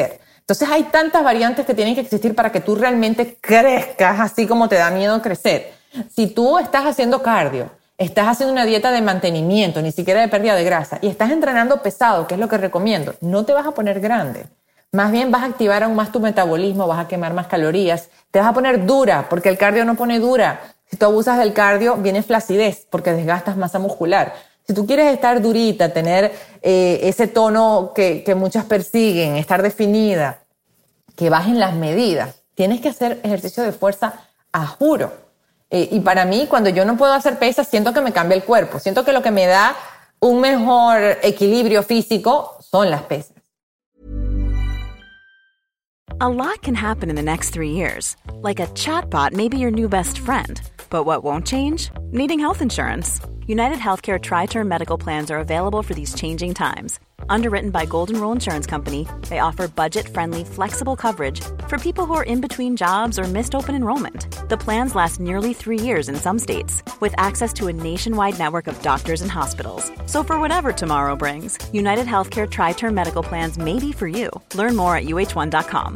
Entonces hay tantas variantes que tienen que existir para que tú realmente crezcas así como te da miedo crecer. Si tú estás haciendo cardio, estás haciendo una dieta de mantenimiento, ni siquiera de pérdida de grasa, y estás entrenando pesado, que es lo que recomiendo, no te vas a poner grande. Más bien vas a activar aún más tu metabolismo, vas a quemar más calorías, te vas a poner dura, porque el cardio no pone dura. Si tú abusas del cardio, viene flacidez, porque desgastas masa muscular. Si tú quieres estar durita, tener eh, ese tono que, que muchas persiguen, estar definida, que bajen las medidas, tienes que hacer ejercicio de fuerza a juro. Eh, y para mí, cuando yo no puedo hacer pesas, siento que me cambia el cuerpo. Siento que lo que me da un mejor equilibrio físico son las pesas. A lot can happen in the next three years. Like a chatbot may be your new best friend. But what won't change? Needing health insurance. United Healthcare Tri-Term Medical Plans are available for these changing times. Underwritten by Golden Rule Insurance Company, they offer budget-friendly, flexible coverage for people who are in between jobs or missed open enrollment. The plans last nearly three years in some states, with access to a nationwide network of doctors and hospitals. So for whatever tomorrow brings, United Healthcare Tri-Term Medical Plans may be for you. Learn more at U H one dot com.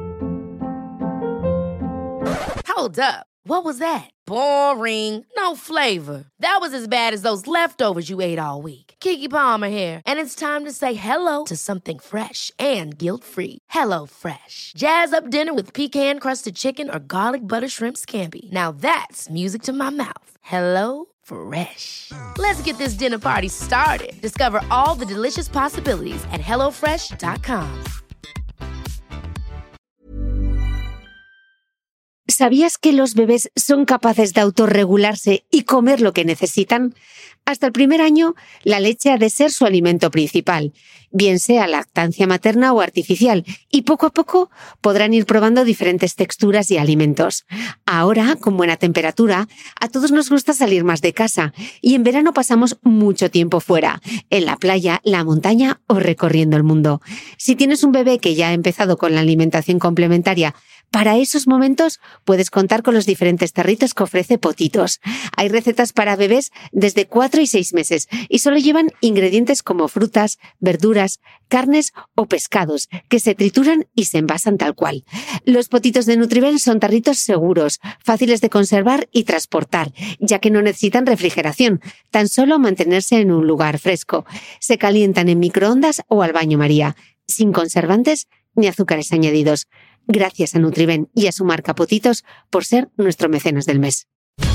Hold up. What was that? Boring. No flavor. That was as bad as those leftovers you ate all week. Keke Palmer here, and it's time to say hello to something fresh and guilt-free. Hello Fresh. Jazz up dinner with pecan-crusted chicken or garlic butter shrimp scampi. Now that's music to my mouth. Hello Fresh. Let's get this dinner party started. Discover all the delicious possibilities at hello fresh dot com. ¿Sabías que los bebés son capaces de autorregularse y comer lo que necesitan? Hasta el primer año, la leche ha de ser su alimento principal, bien sea lactancia materna o artificial, y poco a poco podrán ir probando diferentes texturas y alimentos. Ahora, con buena temperatura, a todos nos gusta salir más de casa, y en verano pasamos mucho tiempo fuera, en la playa, la montaña o recorriendo el mundo. Si tienes un bebé que ya ha empezado con la alimentación complementaria, para esos momentos puedes contar con los diferentes tarritos que ofrece Potitos. Hay recetas para bebés desde cuatro y seis meses y solo llevan ingredientes como frutas, verduras, carnes o pescados que se trituran y se envasan tal cual. Los Potitos de Nutribel son tarritos seguros, fáciles de conservar y transportar, ya que no necesitan refrigeración, tan solo mantenerse en un lugar fresco. Se calientan en microondas o al baño María, sin conservantes ni azúcares añadidos. Gracias a Nutriben y a su marca Potitos por ser nuestro mecenas del mes.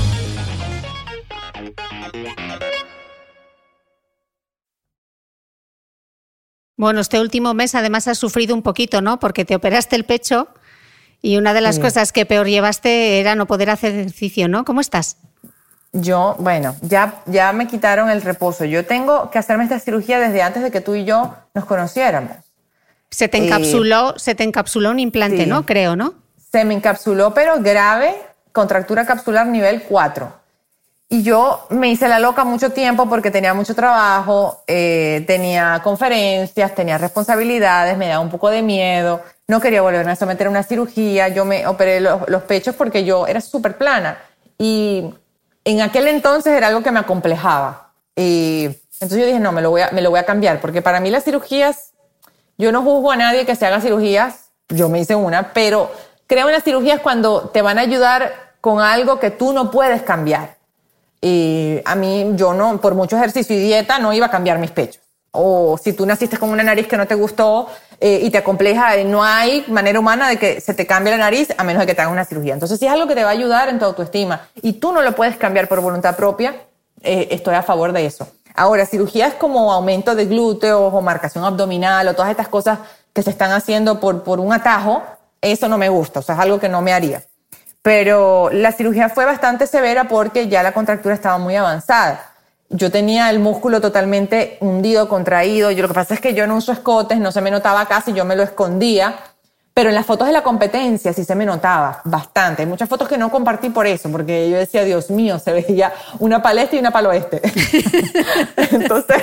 Bueno, este último mes además has sufrido un poquito, ¿no? Porque te operaste el pecho y una de las sí. cosas que peor llevaste era no poder hacer ejercicio, ¿no? ¿Cómo estás? Yo, bueno, ya, ya me quitaron el reposo. Yo tengo que hacerme esta cirugía desde antes de que tú y yo nos conociéramos. Se te encapsuló, eh, se te encapsuló un implante, sí. ¿no? Creo, ¿no? Se me encapsuló, pero grave, contractura capsular nivel cuatro. Y yo me hice la loca mucho tiempo porque tenía mucho trabajo, eh, tenía conferencias, tenía responsabilidades, me daba un poco de miedo, no quería volverme a someter a una cirugía. Yo me operé los, los pechos porque yo era súper plana. Y en aquel entonces era algo que me acomplejaba. Y entonces yo dije, no, me lo voy a, me lo voy a cambiar, porque para mí las cirugías... Yo no juzgo a nadie que se haga cirugías, yo me hice una, pero creo en las cirugías cuando te van a ayudar con algo que tú no puedes cambiar. Y a mí, yo no, por mucho ejercicio y dieta, no iba a cambiar mis pechos. O si tú naciste con una nariz que no te gustó eh, y te acompleja, eh, no hay manera humana de que se te cambie la nariz a menos de que te hagas una cirugía. Entonces, si es algo que te va a ayudar en tu autoestima y tú no lo puedes cambiar por voluntad propia, eh, estoy a favor de eso. Ahora, cirugías como aumento de glúteos o marcación abdominal o todas estas cosas que se están haciendo por, por un atajo, eso no me gusta, o sea, es algo que no me haría. Pero la cirugía fue bastante severa porque ya la contractura estaba muy avanzada. Yo tenía el músculo totalmente hundido, contraído. Yo, lo que pasa es que yo no uso escotes, no se me notaba casi, yo me lo escondía. Pero en las fotos de la competencia sí se me notaba bastante. Hay muchas fotos que no compartí por eso, porque yo decía, Dios mío, se veía una pa'l este y una pa'l oeste. Entonces,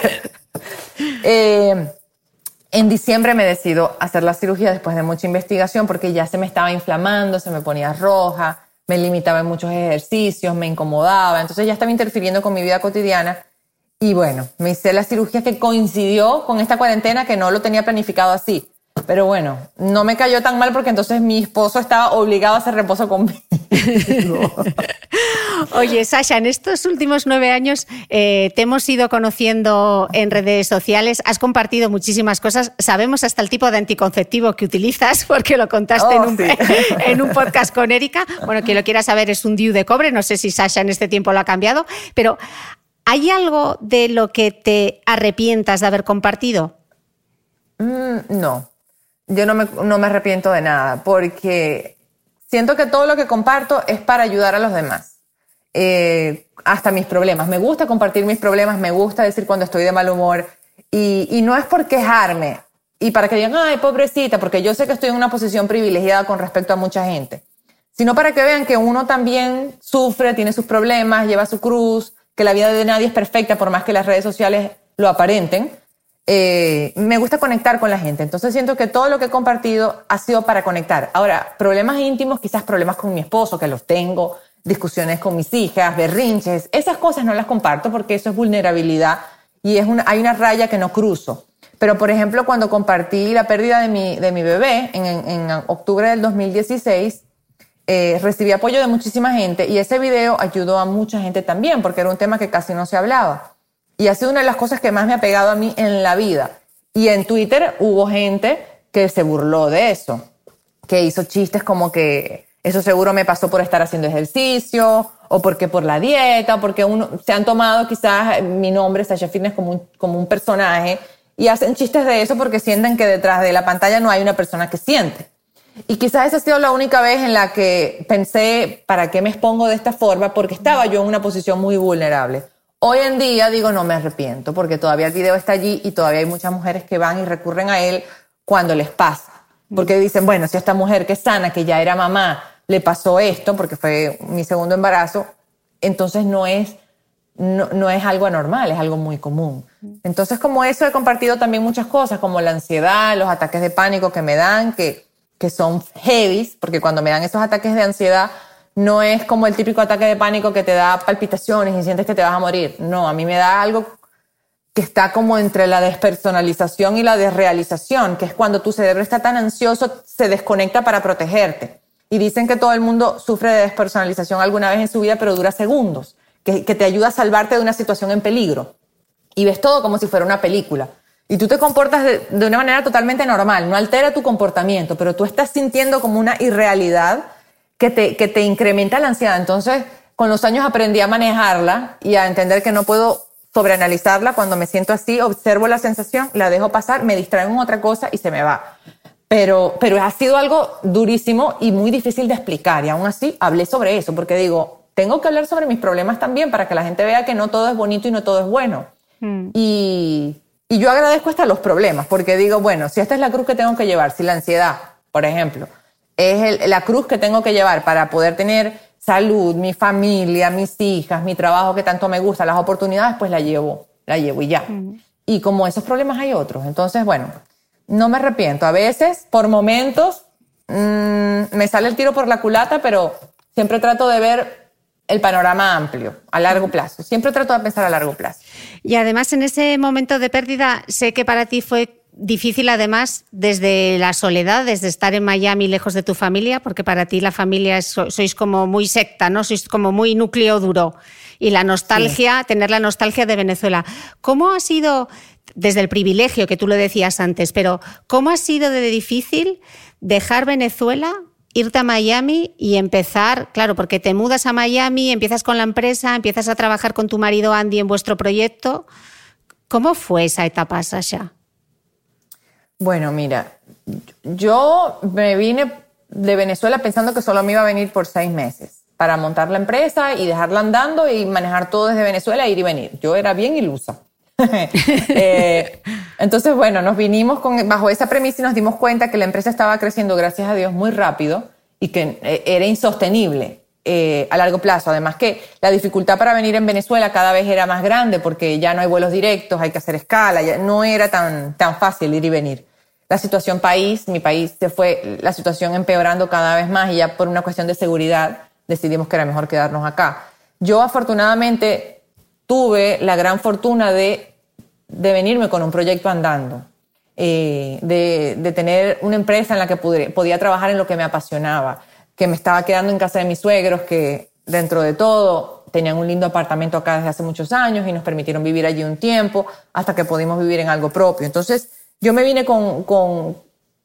eh, en diciembre me decido hacer la cirugía después de mucha investigación porque ya se me estaba inflamando, se me ponía roja, me limitaba en muchos ejercicios, me incomodaba. Entonces ya estaba interfiriendo con mi vida cotidiana. Y bueno, me hice la cirugía que coincidió con esta cuarentena que no lo tenía planificado así. Pero bueno, no me cayó tan mal porque entonces mi esposo estaba obligado a hacer reposo conmigo. Oye, Sasha, en estos últimos nueve años eh, te hemos ido conociendo en redes sociales, has compartido muchísimas cosas, sabemos hasta el tipo de anticonceptivo que utilizas porque lo contaste oh, en, un, sí. en un podcast con Erika. Bueno, quien lo quiera saber es un D I U de cobre, no sé si Sasha en este tiempo lo ha cambiado, pero ¿hay algo de lo que te arrepientas de haber compartido? Mm, no, yo no me, no me arrepiento de nada porque siento que todo lo que comparto es para ayudar a los demás. Eh, hasta mis problemas. Me gusta compartir mis problemas, me gusta decir cuando estoy de mal humor y, y no es por quejarme y para que digan, ay, pobrecita, porque yo sé que estoy en una posición privilegiada con respecto a mucha gente, sino para que vean que uno también sufre, tiene sus problemas, lleva su cruz, que la vida de nadie es perfecta por más que las redes sociales lo aparenten. Eh, me gusta conectar con la gente, entonces siento que todo lo que he compartido ha sido para conectar. Ahora, problemas íntimos, quizás problemas con mi esposo, que los tengo, discusiones con mis hijas, berrinches, esas cosas no las comparto porque eso es vulnerabilidad y es una, hay una raya que no cruzo. Pero, por ejemplo, cuando compartí la pérdida de mi, de mi bebé en, en, en octubre del dos mil dieciséis, eh, recibí apoyo de muchísima gente y ese video ayudó a mucha gente también porque era un tema que casi no se hablaba. Y ha sido una de las cosas que más me ha pegado a mí en la vida. Y en Twitter hubo gente que se burló de eso, que hizo chistes como que eso seguro me pasó por estar haciendo ejercicio, o porque por la dieta, o porque uno, se han tomado quizás mi nombre, Sasha Fitness, como un, como un personaje, y hacen chistes de eso porque sienten que detrás de la pantalla no hay una persona que siente. Y quizás esa ha sido la única vez en la que pensé, ¿para qué me expongo de esta forma? Porque estaba yo en una posición muy vulnerable. Hoy en día digo, no me arrepiento, porque todavía el video está allí y todavía hay muchas mujeres que van y recurren a él cuando les pasa. Porque dicen, bueno, si esta mujer que es sana, que ya era mamá, le pasó esto, porque fue mi segundo embarazo, entonces no es, no, no es algo anormal, es algo muy común. Entonces, como eso, he compartido también muchas cosas, como la ansiedad, los ataques de pánico que me dan, que, que son heavies, porque cuando me dan esos ataques de ansiedad, no es como el típico ataque de pánico que te da palpitaciones y sientes que te vas a morir. No, a mí me da algo que está como entre la despersonalización y la desrealización, que es cuando tu cerebro está tan ansioso, se desconecta para protegerte. Y dicen que todo el mundo sufre de despersonalización alguna vez en su vida, pero dura segundos, que, que te ayuda a salvarte de una situación en peligro. Y ves todo como si fuera una película. Y tú te comportas de, de una manera totalmente normal, no altera tu comportamiento, pero tú estás sintiendo como una irrealidad que te, que te incrementa la ansiedad. Entonces, con los años aprendí a manejarla y a entender que no puedo sobreanalizarla. Cuando me siento así, observo la sensación, la dejo pasar, me distraigo en otra cosa y se me va. Pero, pero ha sido algo durísimo y muy difícil de explicar. Y aún así hablé sobre eso, porque digo, tengo que hablar sobre mis problemas también para que la gente vea que no todo es bonito y no todo es bueno. Mm. Y, y yo agradezco hasta los problemas, porque digo, bueno, si esta es la cruz que tengo que llevar, si la ansiedad, por ejemplo, es el, la cruz que tengo que llevar para poder tener salud, mi familia, mis hijas, mi trabajo que tanto me gusta, las oportunidades, pues la llevo, la llevo y ya. Mm. Y como esos problemas hay otros. Entonces, bueno, no me arrepiento. A veces, por momentos, mmm, me sale el tiro por la culata, pero siempre trato de ver el panorama amplio, a largo plazo. Siempre trato de pensar a largo plazo. Y además, en ese momento de pérdida, sé que para ti fue difícil, además, desde la soledad, desde estar en Miami lejos de tu familia, porque para ti la familia es, sois como muy secta, ¿no? Sois como muy núcleo duro. Y la nostalgia, sí. Tener la nostalgia de Venezuela. ¿Cómo ha sido, desde el privilegio que tú lo decías antes, pero cómo ha sido de difícil dejar Venezuela, irte a Miami y empezar, claro, porque te mudas a Miami, empiezas con la empresa, empiezas a trabajar con tu marido Andy en vuestro proyecto? ¿Cómo fue esa etapa, Sasha? Bueno, mira, yo me vine de Venezuela pensando que solo me iba a venir por seis meses para montar la empresa y dejarla andando y manejar todo desde Venezuela, ir y venir. Yo era bien ilusa. eh, entonces, bueno, nos vinimos con, bajo esa premisa y nos dimos cuenta que la empresa estaba creciendo, gracias a Dios, muy rápido y que eh, era insostenible eh, a largo plazo. Además que la dificultad para venir en Venezuela cada vez era más grande porque ya no hay vuelos directos, hay que hacer escala, ya no era tan, tan fácil ir y venir. La situación país, mi país, se fue la situación empeorando cada vez más y ya por una cuestión de seguridad decidimos que era mejor quedarnos acá. Yo afortunadamente tuve la gran fortuna de, de venirme con un proyecto andando. eh, de, de tener una empresa en la que pude, podía trabajar en lo que me apasionaba, que me estaba quedando en casa de mis suegros, que dentro de todo tenían un lindo apartamento acá desde hace muchos años y nos permitieron vivir allí un tiempo hasta que pudimos vivir en algo propio. Entonces yo me vine con, con,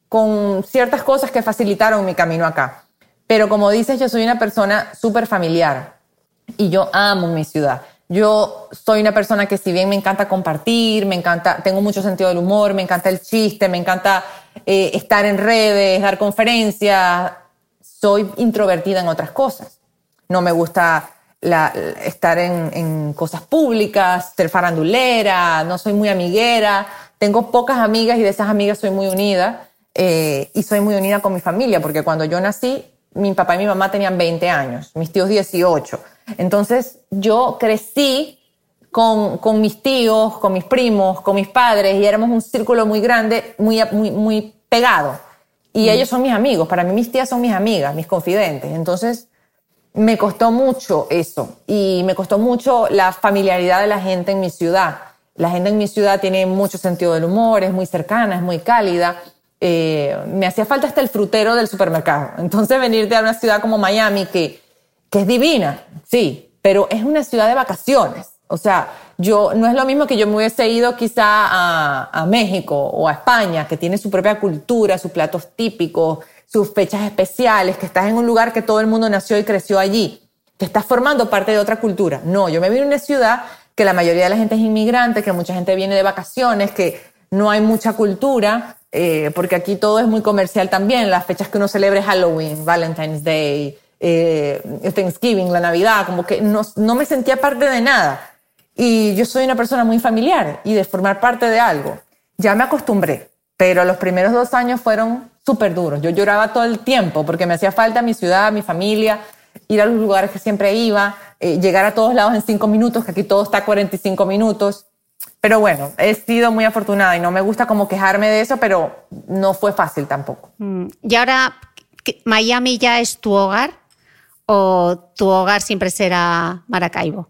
con ciertas cosas que facilitaron mi camino acá. Pero como dices, yo soy una persona súper familiar y yo amo mi ciudad. Yo soy una persona que si bien me encanta compartir, me encanta, tengo mucho sentido del humor, me encanta el chiste, me encanta eh, estar en redes, dar conferencias, soy introvertida en otras cosas. No me gusta la, estar en, en cosas públicas, ser farandulera, no soy muy amiguera. Tengo pocas amigas y de esas amigas soy muy unida eh, y soy muy unida con mi familia porque cuando yo nací, mi papá y mi mamá tenían veinte años, mis tíos dieciocho. Entonces yo crecí con, con mis tíos, con mis primos, con mis padres y éramos un círculo muy grande, muy, muy, muy pegado. Y mm. ellos son mis amigos. Para mí mis tías son mis amigas, mis confidentes. Entonces me costó mucho eso y me costó mucho la familiaridad de la gente en mi ciudad. La gente en mi ciudad tiene mucho sentido del humor, es muy cercana, es muy cálida. Eh, me hacía falta hasta el frutero del supermercado. Entonces venir de una ciudad como Miami que, que es divina, sí, pero es una ciudad de vacaciones. O sea, yo, no es lo mismo que yo me hubiese ido quizá a, a México o a España, que tiene su propia cultura, sus platos típicos, sus fechas especiales, que estás en un lugar que todo el mundo nació y creció allí, que estás formando parte de otra cultura. No, yo me vine a una ciudad que la mayoría de la gente es inmigrante, que mucha gente viene de vacaciones, que no hay mucha cultura, eh, porque aquí todo es muy comercial también. Las fechas que uno celebra es Halloween, Valentine's Day, eh, Thanksgiving, la Navidad, como que no, no me sentía parte de nada. Y yo soy una persona muy familiar y de formar parte de algo. Ya me acostumbré, pero los primeros dos años fueron súper duros. Yo lloraba todo el tiempo porque me hacía falta mi ciudad, mi familia, ir a los lugares que siempre iba, eh, llegar a todos lados en cinco minutos, que aquí todo está a cuarenta y cinco minutos. Pero bueno, he sido muy afortunada y no me gusta como quejarme de eso, pero no fue fácil tampoco. ¿Y ahora Miami ya es tu hogar o tu hogar siempre será Maracaibo?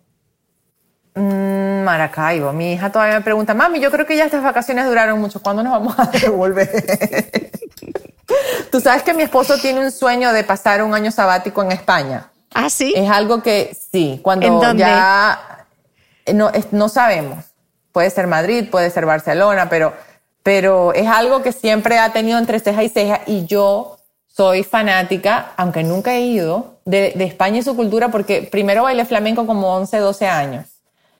Mm, Maracaibo. Mi hija todavía me pregunta, mami, yo creo que ya estas vacaciones duraron mucho. ¿Cuándo nos vamos a devolver? Tú sabes que mi esposo tiene un sueño de pasar un año sabático en España. ¿Ah, sí? Es algo que sí, cuando ¿En dónde? ya no, es, no sabemos. Puede ser Madrid, puede ser Barcelona, pero, pero es algo que siempre ha tenido entre ceja y ceja y yo soy fanática, aunque nunca he ido, de, de España y su cultura porque primero bailé flamenco como once, doce años.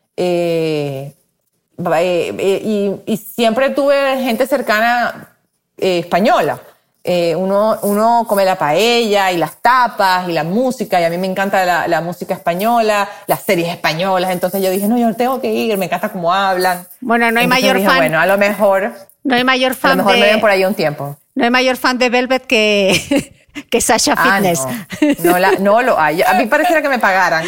Eh, eh, y, y siempre tuve gente cercana eh, española. Eh, uno, uno come la paella y las tapas y la música y a mí me encanta la, la música española, las series españolas. Entonces yo dije, no, yo tengo que ir, me encanta cómo hablan. Bueno, no hay Entonces mayor dije, fan. Bueno, a lo mejor, no hay mayor fan a lo mejor de, me ven por ahí un tiempo. No hay mayor fan de Velvet que, que Sasha Ah, Fitness. no, no, la, no lo hay. A mí pareciera que me pagaran.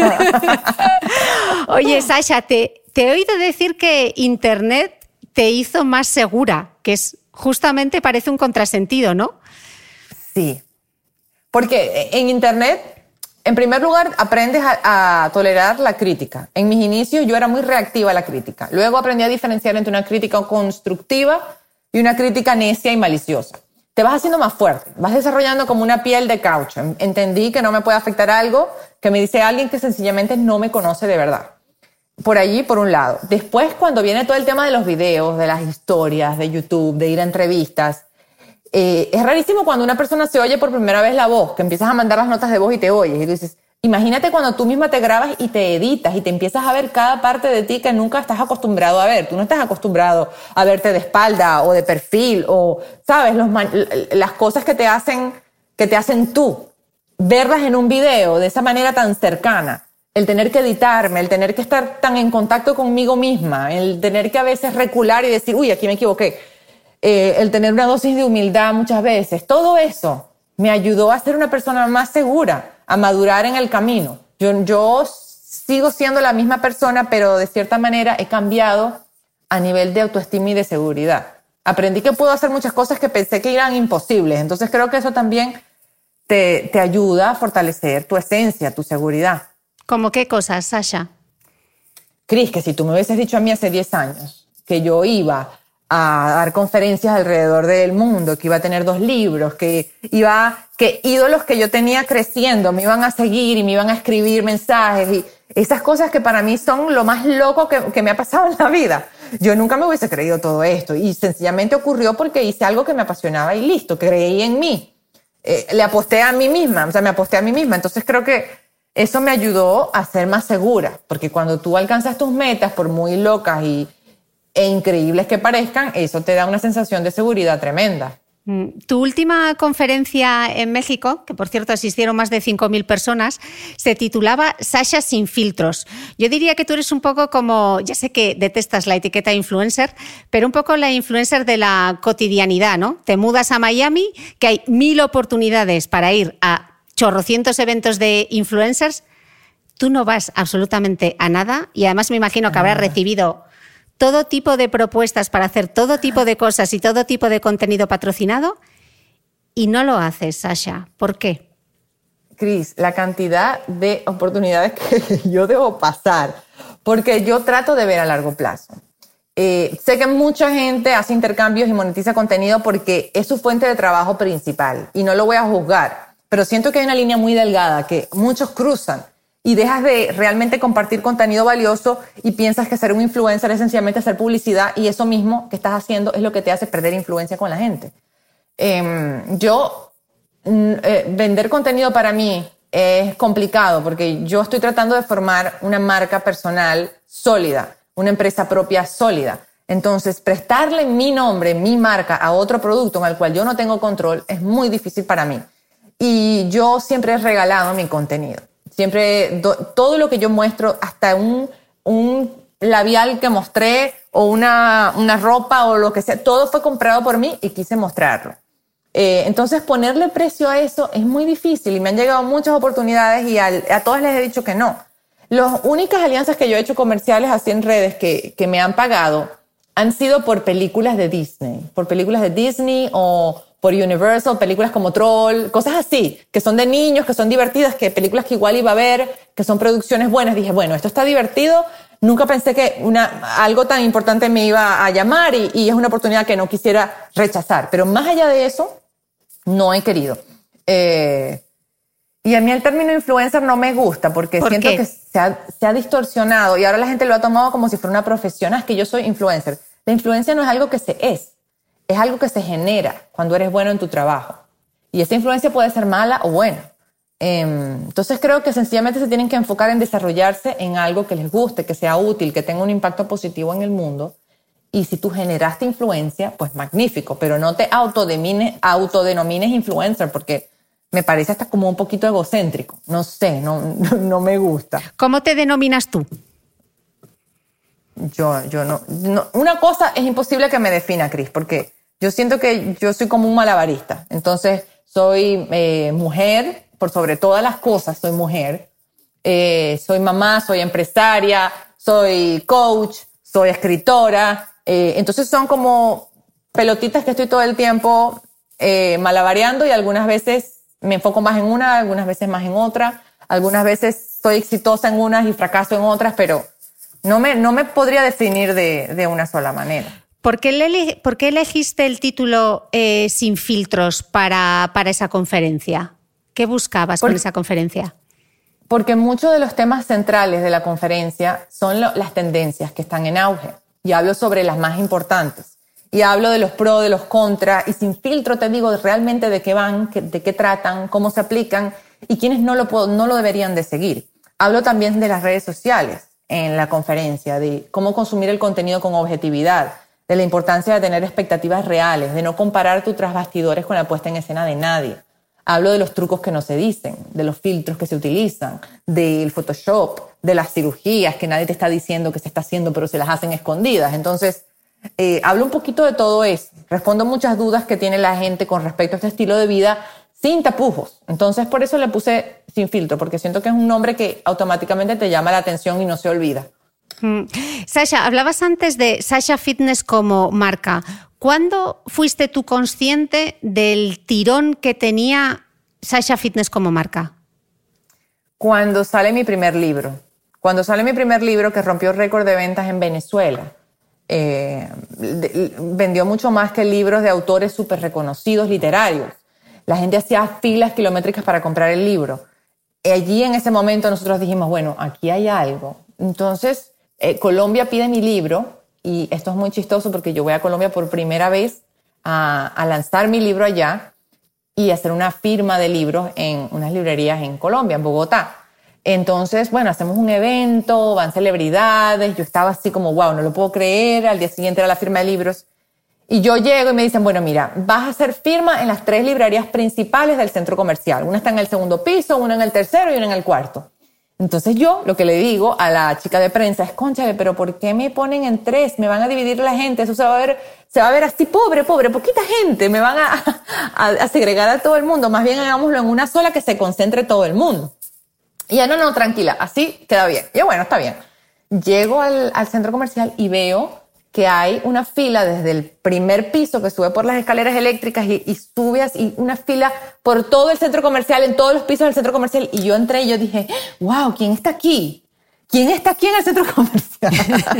Oye, Sasha, te, te he oído decir que Internet te hizo más segura, que es justamente parece un contrasentido, ¿no? Sí, porque en Internet, en primer lugar, aprendes a, a tolerar la crítica. En mis inicios yo era muy reactiva a la crítica. Luego aprendí a diferenciar entre una crítica constructiva y una crítica necia y maliciosa. Te vas haciendo más fuerte, vas desarrollando como una piel de caucho. Entendí que no me puede afectar algo que me dice alguien que sencillamente no me conoce de verdad. Por allí, por un lado. Después, cuando viene todo el tema de los videos, de las historias, de YouTube, de ir a entrevistas, eh, es rarísimo cuando una persona se oye por primera vez la voz, que empiezas a mandar las notas de voz y te oyes. Y tú dices, imagínate cuando tú misma te grabas y te editas y te empiezas a ver cada parte de ti que nunca estás acostumbrado a ver. Tú no estás acostumbrado a verte de espalda o de perfil o, ¿sabes? Los, las cosas que te hacen, que te hacen tú. Verlas en un video de esa manera tan cercana. El tener que editarme, el tener que estar tan en contacto conmigo misma, el tener que a veces recular y decir, uy, aquí me equivoqué. Eh, el tener una dosis de humildad muchas veces. Todo eso me ayudó a ser una persona más segura, a madurar en el camino. Yo, yo sigo siendo la misma persona, pero de cierta manera he cambiado a nivel de autoestima y de seguridad. Aprendí que puedo hacer muchas cosas que pensé que eran imposibles. Entonces creo que eso también te, te ayuda a fortalecer tu esencia, tu seguridad. ¿Cómo qué cosas, Sasha? Cris, que si tú me hubieses dicho a mí hace diez años que yo iba a dar conferencias alrededor del mundo, que iba a tener dos libros, que iba, que ídolos que yo tenía creciendo me iban a seguir y me iban a escribir mensajes y esas cosas que para mí son lo más loco que, que me ha pasado en la vida. Yo nunca me hubiese creído todo esto y sencillamente ocurrió porque hice algo que me apasionaba y listo, creí en mí. Eh, le aposté a mí misma, o sea, me aposté a mí misma. Entonces creo que eso me ayudó a ser más segura, porque cuando tú alcanzas tus metas, por muy locas y, e increíbles que parezcan, eso te da una sensación de seguridad tremenda. Tu última conferencia en México, que por cierto asistieron más de cinco mil personas, se titulaba Sasha sin filtros. Yo diría que tú eres un poco como, ya sé que detestas la etiqueta influencer, pero un poco la influencer de la cotidianidad, ¿no? Te mudas a Miami, que hay mil oportunidades para ir a chorrocientos eventos de influencers. Tú no vas absolutamente a nada y además me imagino que habrás recibido todo tipo de propuestas para hacer todo tipo de cosas y todo tipo de contenido patrocinado y no lo haces, Sasha. ¿Por qué? Cris, la cantidad de oportunidades que yo debo pasar, porque yo trato de ver a largo plazo. Eh, sé que mucha gente hace intercambios y monetiza contenido porque es su fuente de trabajo principal y no lo voy a juzgar, pero siento que hay una línea muy delgada que muchos cruzan y dejas de realmente compartir contenido valioso y piensas que ser un influencer es sencillamente hacer publicidad y eso mismo que estás haciendo es lo que te hace perder influencia con la gente. Eh, yo, eh, vender contenido para mí es complicado porque yo estoy tratando de formar una marca personal sólida, una empresa propia sólida. Entonces, prestarle mi nombre, mi marca a otro producto en el cual yo no tengo control es muy difícil para mí. Y yo siempre he regalado mi contenido. Siempre, do, todo lo que yo muestro, hasta un, un labial que mostré o una, una ropa o lo que sea, todo fue comprado por mí y quise mostrarlo. Eh, entonces, ponerle precio a eso es muy difícil y me han llegado muchas oportunidades y a, a todas les he dicho que no. Las únicas alianzas que yo he hecho comerciales así en redes que, que me han pagado han sido por películas de Disney, por películas de Disney o por Universal, películas como Troll, cosas así, que son de niños, que son divertidas, que películas que igual iba a ver, que son producciones buenas. Dije, bueno, esto está divertido, nunca pensé que una, algo tan importante me iba a llamar y, y es una oportunidad que no quisiera rechazar. Pero más allá de eso, no he querido. Eh, y a mí el término influencer no me gusta porque ¿Por siento qué? que se ha, se ha distorsionado y ahora la gente lo ha tomado como si fuera una profesión. Ah, es que yo soy influencer. La influencia no es algo que se es. Es algo que se genera cuando eres bueno en tu trabajo. Y esa influencia puede ser mala o buena. Eh, entonces creo que sencillamente se tienen que enfocar en desarrollarse en algo que les guste, que sea útil, que tenga un impacto positivo en el mundo. Y si tú generaste influencia, pues magnífico. Pero no te autodenomines, autodenomines influencer porque me parece hasta como un poquito egocéntrico. No sé, no, no, no me gusta. ¿Cómo te denominas tú? Yo, yo no, no... Una cosa es imposible que me defina, Cris, porque yo siento que yo soy como un malabarista. Entonces, soy eh, mujer, por sobre todas las cosas soy mujer. Eh, soy mamá, soy empresaria, soy coach, soy escritora. Eh, entonces, son como pelotitas que estoy todo el tiempo eh, malabareando y algunas veces me enfoco más en una, algunas veces más en otra. Algunas veces soy exitosa en unas y fracaso en otras, pero no me, no me podría definir de, de una sola manera. ¿Por qué, le, ¿Por qué elegiste el título eh, Sin filtros para, para esa conferencia? ¿Qué buscabas Por, con esa conferencia? Porque muchos de los temas centrales de la conferencia son lo, las tendencias que están en auge. Y hablo sobre las más importantes. Y hablo de los pros, de los contras. Y sin filtro te digo realmente de qué van, de qué tratan, cómo se aplican y quiénes no lo, no lo deberían de seguir. Hablo también de las redes sociales en la conferencia, de cómo consumir el contenido con objetividad, de la importancia de tener expectativas reales, de no comparar tus tras bastidores con la puesta en escena de nadie. Hablo de los trucos que no se dicen, de los filtros que se utilizan, del Photoshop, de las cirugías que nadie te está diciendo que se está haciendo, pero se las hacen escondidas. Entonces, eh, hablo un poquito de todo eso. Respondo muchas dudas que tiene la gente con respecto a este estilo de vida sin tapujos. Entonces, por eso le puse Sin filtro, porque siento que es un nombre que automáticamente te llama la atención y no se olvida. Mm. Sasha, hablabas antes de Sasha Fitness como marca. ¿Cuándo fuiste tú consciente del tirón que tenía Sasha Fitness como marca? Cuando sale mi primer libro. Cuando sale mi primer libro que rompió récord de ventas en Venezuela. eh, de, vendió mucho más que libros de autores súper reconocidos literarios. La gente hacía filas kilométricas para comprar el libro. Allí en ese momento nosotros dijimos, bueno, aquí hay algo. Entonces, eh, Colombia pide mi libro, y esto es muy chistoso porque yo voy a Colombia por primera vez a, a lanzar mi libro allá y hacer una firma de libros en unas librerías en Colombia, en Bogotá. Entonces, bueno, hacemos un evento, van celebridades, yo estaba así como, wow, no lo puedo creer, al día siguiente era la firma de libros. Y yo llego y me dicen, bueno, mira, vas a hacer firma en las tres librerías principales del centro comercial. Una está en el segundo piso, una en el tercero y una en el cuarto. Entonces yo lo que le digo a la chica de prensa es, cónchale, pero ¿por qué me ponen en tres? Me van a dividir la gente, eso se va a ver, se va a ver así pobre, pobre, poquita gente, me van a, a, a segregar a todo el mundo. Más bien hagámoslo en una sola que se concentre todo el mundo. Y ya no, no, tranquila, así queda bien. Y yo, bueno, está bien. Llego al, al centro comercial y veo que hay una fila desde el primer piso que sube por las escaleras eléctricas y, y sube así una fila por todo el centro comercial, en todos los pisos del centro comercial. Y yo entré y yo dije, wow, ¿quién está aquí? ¿Quién está aquí en el centro comercial?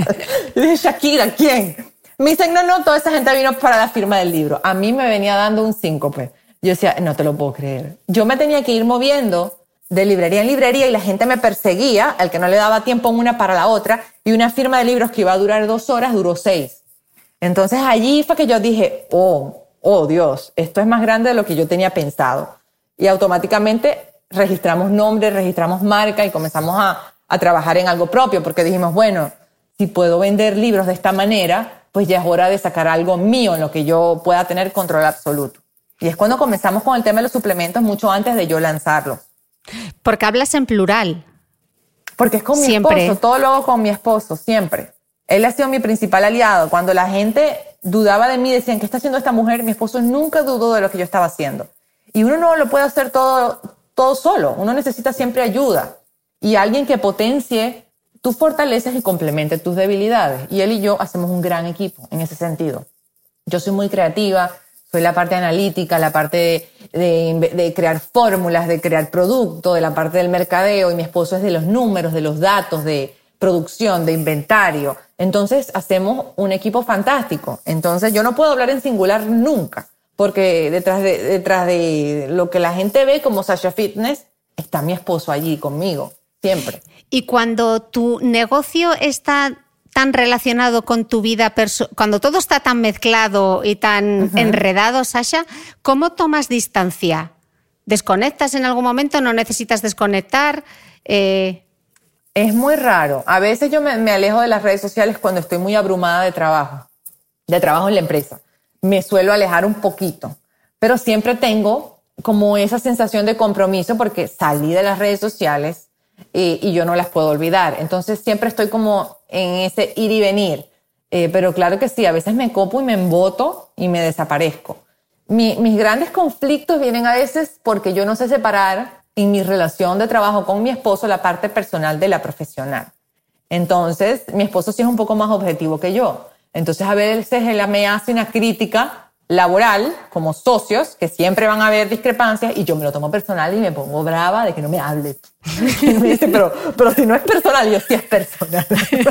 Yo dije, Shakira, ¿quién? Me dicen, no, no, toda esa gente vino para la firma del libro. A mí me venía dando un síncope. Yo decía, no te lo puedo creer. Yo me tenía que ir moviendo de librería en librería y la gente me perseguía, al que no le daba tiempo una para la otra, y una firma de libros que iba a durar dos horas duró seis. Entonces allí fue que yo dije, oh, oh Dios, esto es más grande de lo que yo tenía pensado. Y automáticamente registramos nombre, registramos marca y comenzamos a, a trabajar en algo propio, porque dijimos, bueno, si puedo vender libros de esta manera, pues ya es hora de sacar algo mío en lo que yo pueda tener control absoluto. Y es cuando comenzamos con el tema de los suplementos, mucho antes de yo lanzarlo. Porque hablas en plural. Porque es con mi siempre. esposo, todo lo hago con mi esposo, siempre. Él ha sido mi principal aliado. Cuando la gente dudaba de mí, decían, ¿qué está haciendo esta mujer? Mi esposo nunca dudó de lo que yo estaba haciendo. Y uno no lo puede hacer todo, todo solo. Uno necesita siempre ayuda. Y alguien que potencie tus fortalezas y complemente tus debilidades. Y él y yo hacemos un gran equipo en ese sentido. Yo soy muy creativa, soy la parte analítica, la parte de, de, de crear fórmulas, de crear producto, de la parte del mercadeo, y mi esposo es de los números, de los datos, de producción, de inventario. Entonces hacemos un equipo fantástico. Entonces yo no puedo hablar en singular nunca, porque detrás de, detrás de lo que la gente ve como Sasha Fitness está mi esposo allí conmigo, siempre. Y cuando tu negocio está tan relacionado con tu vida personal, cuando todo está tan mezclado y tan uh-huh. enredado, Sasha, ¿cómo tomas distancia? ¿Desconectas en algún momento? ¿No necesitas desconectar? Eh... Es muy raro. A veces yo me, me alejo de las redes sociales cuando estoy muy abrumada de trabajo, de trabajo en la empresa. Me suelo alejar un poquito, pero siempre tengo como esa sensación de compromiso porque salí de las redes sociales y, y yo no las puedo olvidar. Entonces siempre estoy como en ese ir y venir. Eh, pero claro que sí, a veces me copo y me emboto y me desaparezco. Mi, mis grandes conflictos vienen a veces porque yo no sé separar en mi relación de trabajo con mi esposo la parte personal de la profesional. Entonces, mi esposo sí es un poco más objetivo que yo. Entonces, a veces él me hace una crítica laboral como socios, que siempre van a haber discrepancias, y yo me lo tomo personal y me pongo brava de que no me hable. Y me dice, pero, pero si no es personal, y yo sí es personal.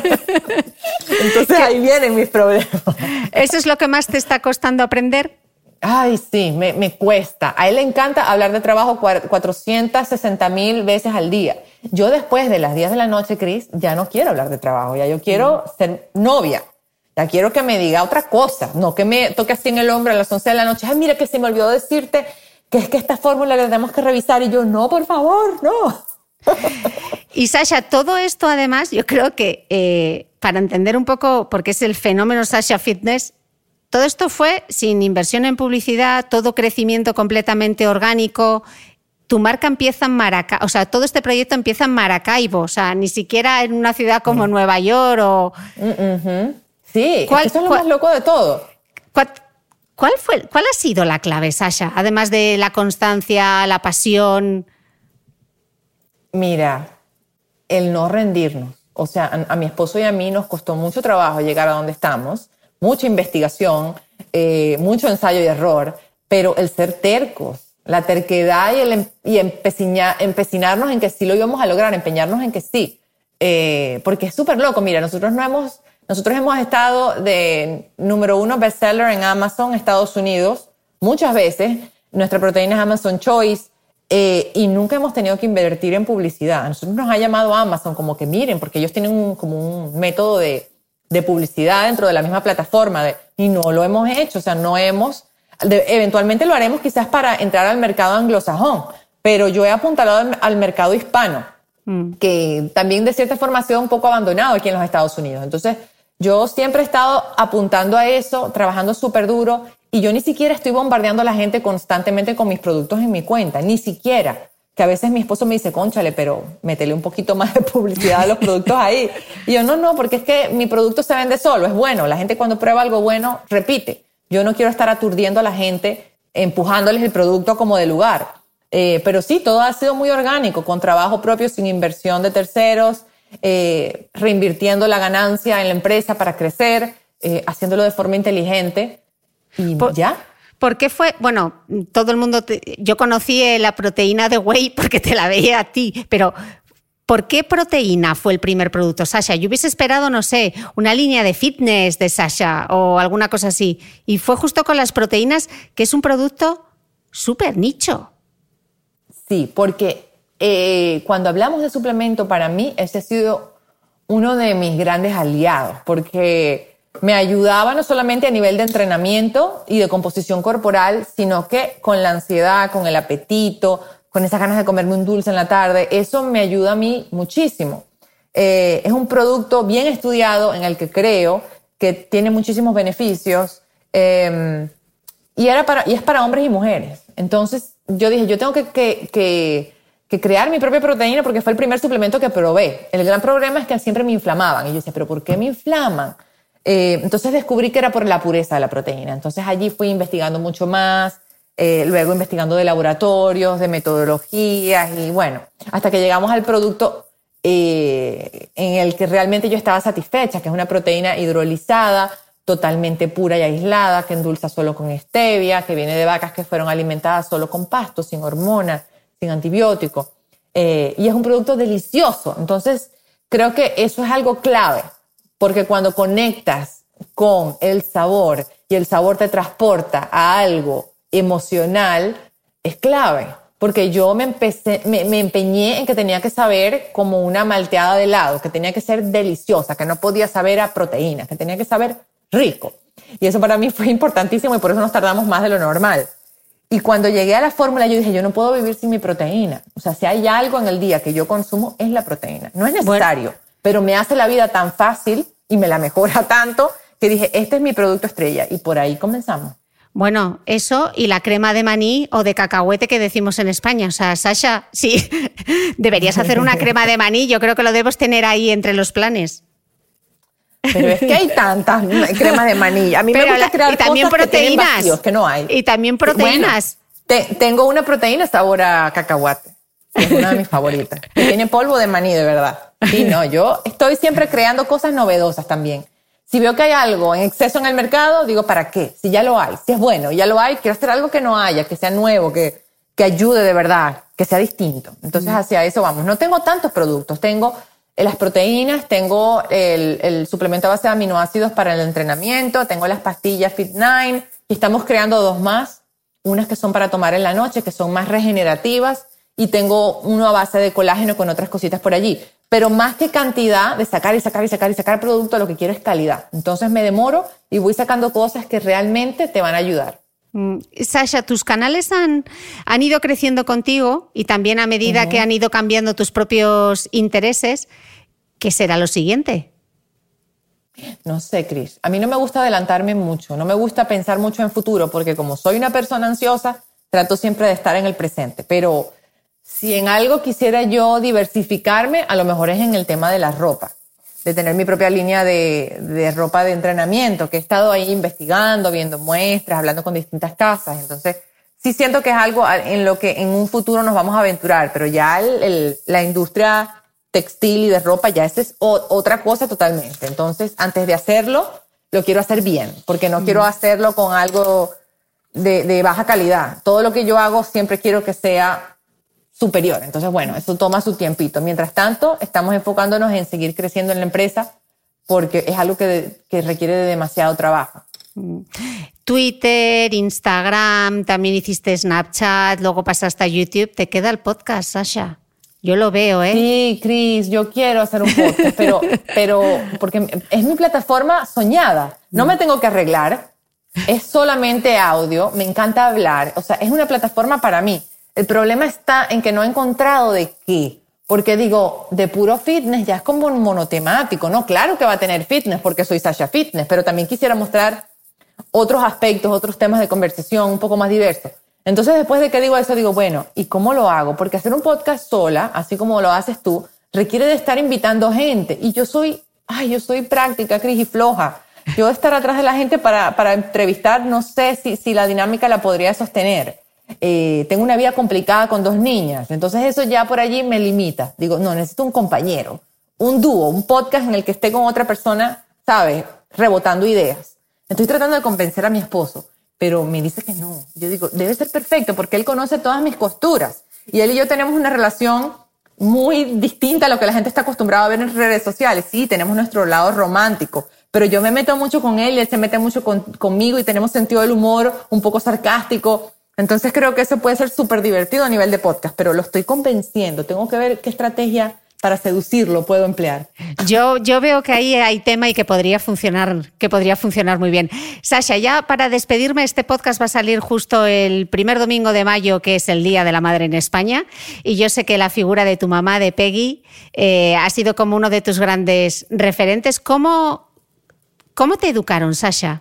Entonces ahí vienen mis problemas. ¿Eso es lo que más te está costando aprender? Ay, sí, me, me cuesta. A él le encanta hablar de trabajo cuatrocientas sesenta mil veces al día. Yo después de las diez de la noche, Cris, ya no quiero hablar de trabajo, ya yo quiero mm. ser novia. Ya quiero que me diga otra cosa, no que me toque así en el hombro a las once de la noche. Ay, mira que se me olvidó decirte que es que esta fórmula la tenemos que revisar. Y yo, no, por favor, no. Y Sasha, todo esto además, yo creo que eh, para entender un poco por qué es el fenómeno Sasha Fitness, todo esto fue sin inversión en publicidad, todo crecimiento completamente orgánico. Tu marca empieza en Maracaibo, o sea, todo este proyecto empieza en Maracaibo, o sea, ni siquiera en una ciudad como mm. Nueva York o... Mm-hmm. Sí, ¿Cuál, es que eso es lo cuál, más loco de todo. ¿cuál, cuál, fue, ¿Cuál ha sido la clave, Sasha? Además de la constancia, la pasión. Mira, el no rendirnos. O sea, a, a mi esposo y a mí nos costó mucho trabajo llegar a donde estamos, mucha investigación, eh, mucho ensayo y error, pero el ser tercos, la terquedad y, el, y empeciñar, empecinarnos en que sí lo íbamos a lograr, empeñarnos en que sí. Eh, porque es súper loco. Mira, nosotros no hemos Nosotros hemos estado de número uno bestseller en Amazon, Estados Unidos, muchas veces. Nuestra proteína es Amazon Choice eh, y nunca hemos tenido que invertir en publicidad. A nosotros nos ha llamado Amazon como que miren, porque ellos tienen un, como un método de, de publicidad dentro de la misma plataforma de, y no lo hemos hecho, o sea, no hemos... De, eventualmente lo haremos quizás para entrar al mercado anglosajón, pero yo he apuntado al, al mercado hispano, mm. que también de cierta forma ha sido un poco abandonado aquí en los Estados Unidos. Entonces, yo siempre he estado apuntando a eso, trabajando súper duro, y yo ni siquiera estoy bombardeando a la gente constantemente con mis productos en mi cuenta, ni siquiera. Que a veces mi esposo me dice, cónchale, pero métele un poquito más de publicidad a los productos ahí. Y yo, no, no, porque es que mi producto se vende solo, es bueno. La gente cuando prueba algo bueno, repite. Yo no quiero estar aturdiendo a la gente, empujándoles el producto como de lugar. Eh, pero sí, todo ha sido muy orgánico, con trabajo propio, sin inversión de terceros, eh, reinvirtiendo la ganancia en la empresa para crecer, eh, haciéndolo de forma inteligente y Por, ya. ¿Por qué fue? Bueno, todo el mundo... Te, yo conocí la proteína de whey porque te la veía a ti, pero... ¿Por qué proteína fue el primer producto, Sasha? Yo hubiese esperado, no sé, una línea de fitness de Sasha o alguna cosa así. Y fue justo con las proteínas, que es un producto súper nicho. Sí, porque eh, cuando hablamos de suplemento, para mí ese ha sido uno de mis grandes aliados, porque me ayudaba no solamente a nivel de entrenamiento y de composición corporal, sino que con la ansiedad, con el apetito, con esas ganas de comerme un dulce en la tarde, eso me ayuda a mí muchísimo. Eh, es un producto bien estudiado en el que creo que tiene muchísimos beneficios eh, y, era para, y es para hombres y mujeres. Entonces yo dije, yo tengo que, que, que, que crear mi propia proteína porque fue el primer suplemento que probé. El gran problema es que siempre me inflamaban y yo decía, ¿pero por qué me inflaman? Eh, entonces descubrí que era por la pureza de la proteína. Entonces allí fui investigando mucho más. Eh, luego investigando de laboratorios, de metodologías y bueno, hasta que llegamos al producto eh, en el que realmente yo estaba satisfecha, que es una proteína hidrolizada, totalmente pura y aislada, que endulza solo con stevia, que viene de vacas que fueron alimentadas solo con pasto, sin hormonas, sin antibióticos. Eh, y es un producto delicioso. Entonces, creo que eso es algo clave, porque cuando conectas con el sabor y el sabor te transporta a algo emocional, es clave, porque yo me, empecé, me, me empeñé en que tenía que saber como una malteada de helado, que tenía que ser deliciosa, que no podía saber a proteína, que tenía que saber rico. Y eso para mí fue importantísimo y por eso nos tardamos más de lo normal. Y cuando llegué a la fórmula yo dije, yo no puedo vivir sin mi proteína. O sea, si hay algo en el día que yo consumo, es la proteína. No es necesario, bueno, pero me hace la vida tan fácil y me la mejora tanto que dije, este es mi producto estrella. Y por ahí comenzamos. Bueno, eso y la crema de maní o de cacahuete que decimos en España. O sea, Sasha, sí, deberías hacer una crema de maní. Yo creo que lo debes tener ahí entre los planes. Pero es que hay tantas cremas de maní. A mí Pero me gusta la, crear y también cosas proteínas, que vacíos, que no hay. Y también proteínas. Bueno, te, tengo una proteína sabor a cacahuate. Es una de mis favoritas. Que tiene polvo de maní, de verdad. Sí, no, yo estoy siempre creando cosas novedosas también. Si veo que hay algo en exceso en el mercado, digo, ¿para qué? Si ya lo hay, si es bueno, ya lo hay, quiero hacer algo que no haya, que sea nuevo, que, que ayude de verdad, que sea distinto. Entonces, hacia eso vamos. No tengo tantos productos. Tengo las proteínas, tengo el, el suplemento a base de aminoácidos para el entrenamiento, tengo las pastillas Fit nueve y estamos creando dos más. Unas que son para tomar en la noche, que son más regenerativas, y tengo uno a base de colágeno con otras cositas por allí. Pero más que cantidad de sacar y sacar y sacar y sacar producto, lo que quiero es calidad. Entonces me demoro y voy sacando cosas que realmente te van a ayudar. Mm, Sasha, tus canales han, han ido creciendo contigo y también a medida uh-huh. que han ido cambiando tus propios intereses. ¿Qué será lo siguiente? No sé, Cris. A mí no me gusta adelantarme mucho. No me gusta pensar mucho en futuro porque como soy una persona ansiosa, trato siempre de estar en el presente. Pero si en algo quisiera yo diversificarme, a lo mejor es en el tema de la ropa, de tener mi propia línea de, de ropa de entrenamiento, que he estado ahí investigando, viendo muestras, hablando con distintas casas. Entonces, sí siento que es algo en lo que en un futuro nos vamos a aventurar, pero ya el, el, la industria textil y de ropa, ya esa es o, otra cosa totalmente. Entonces, antes de hacerlo, lo quiero hacer bien, porque no mm. quiero hacerlo con algo de, de baja calidad. Todo lo que yo hago siempre quiero que sea superior. Entonces, bueno, eso toma su tiempito. Mientras tanto, estamos enfocándonos en seguir creciendo en la empresa porque es algo que, de, que requiere de demasiado trabajo. Twitter, Instagram, también hiciste Snapchat, luego pasaste a YouTube. ¿Te queda el podcast, Sasha? Yo lo veo, ¿eh? Sí, Cris, yo quiero hacer un podcast, pero, pero porque es mi plataforma soñada. No me tengo que arreglar, es solamente audio, me encanta hablar, o sea, es una plataforma para mí. El problema está en que no he encontrado de qué, porque digo, de puro fitness ya es como un monotemático, ¿no? Claro que va a tener fitness porque soy Sasha Fitness, pero también quisiera mostrar otros aspectos, otros temas de conversación un poco más diversos. Entonces, después de que digo eso, digo, bueno, ¿y cómo lo hago? Porque hacer un podcast sola, así como lo haces tú, requiere de estar invitando gente. Y yo soy, ay, yo soy práctica, Cris, y floja. Yo estar atrás de la gente para, para entrevistar, no sé si, si la dinámica la podría sostener. Eh, tengo una vida complicada con dos niñas. Entonces, eso ya por allí me limita. Digo, no, necesito un compañero, un dúo, un podcast en el que esté con otra persona, ¿sabes? Rebotando ideas. Estoy tratando de convencer a mi esposo, pero me dice que no. Yo digo, debe ser perfecto porque él conoce todas mis costuras. Y él y yo tenemos una relación muy distinta a lo que la gente está acostumbrada a ver en redes sociales. Sí, tenemos nuestro lado romántico, pero yo me meto mucho con él y él se mete mucho con, conmigo y tenemos sentido del humor un poco sarcástico. Entonces creo que eso puede ser súper divertido a nivel de podcast, pero lo estoy convenciendo. Tengo que ver qué estrategia para seducirlo puedo emplear. Yo, yo veo que ahí hay tema y que podría funcionar, que podría funcionar muy bien. Sasha, ya para despedirme, este podcast va a salir justo el primer domingo de mayo, que es el Día de la Madre en España, y yo sé que la figura de tu mamá, de Peggy, eh, ha sido como uno de tus grandes referentes. ¿Cómo, cómo te educaron, Sasha?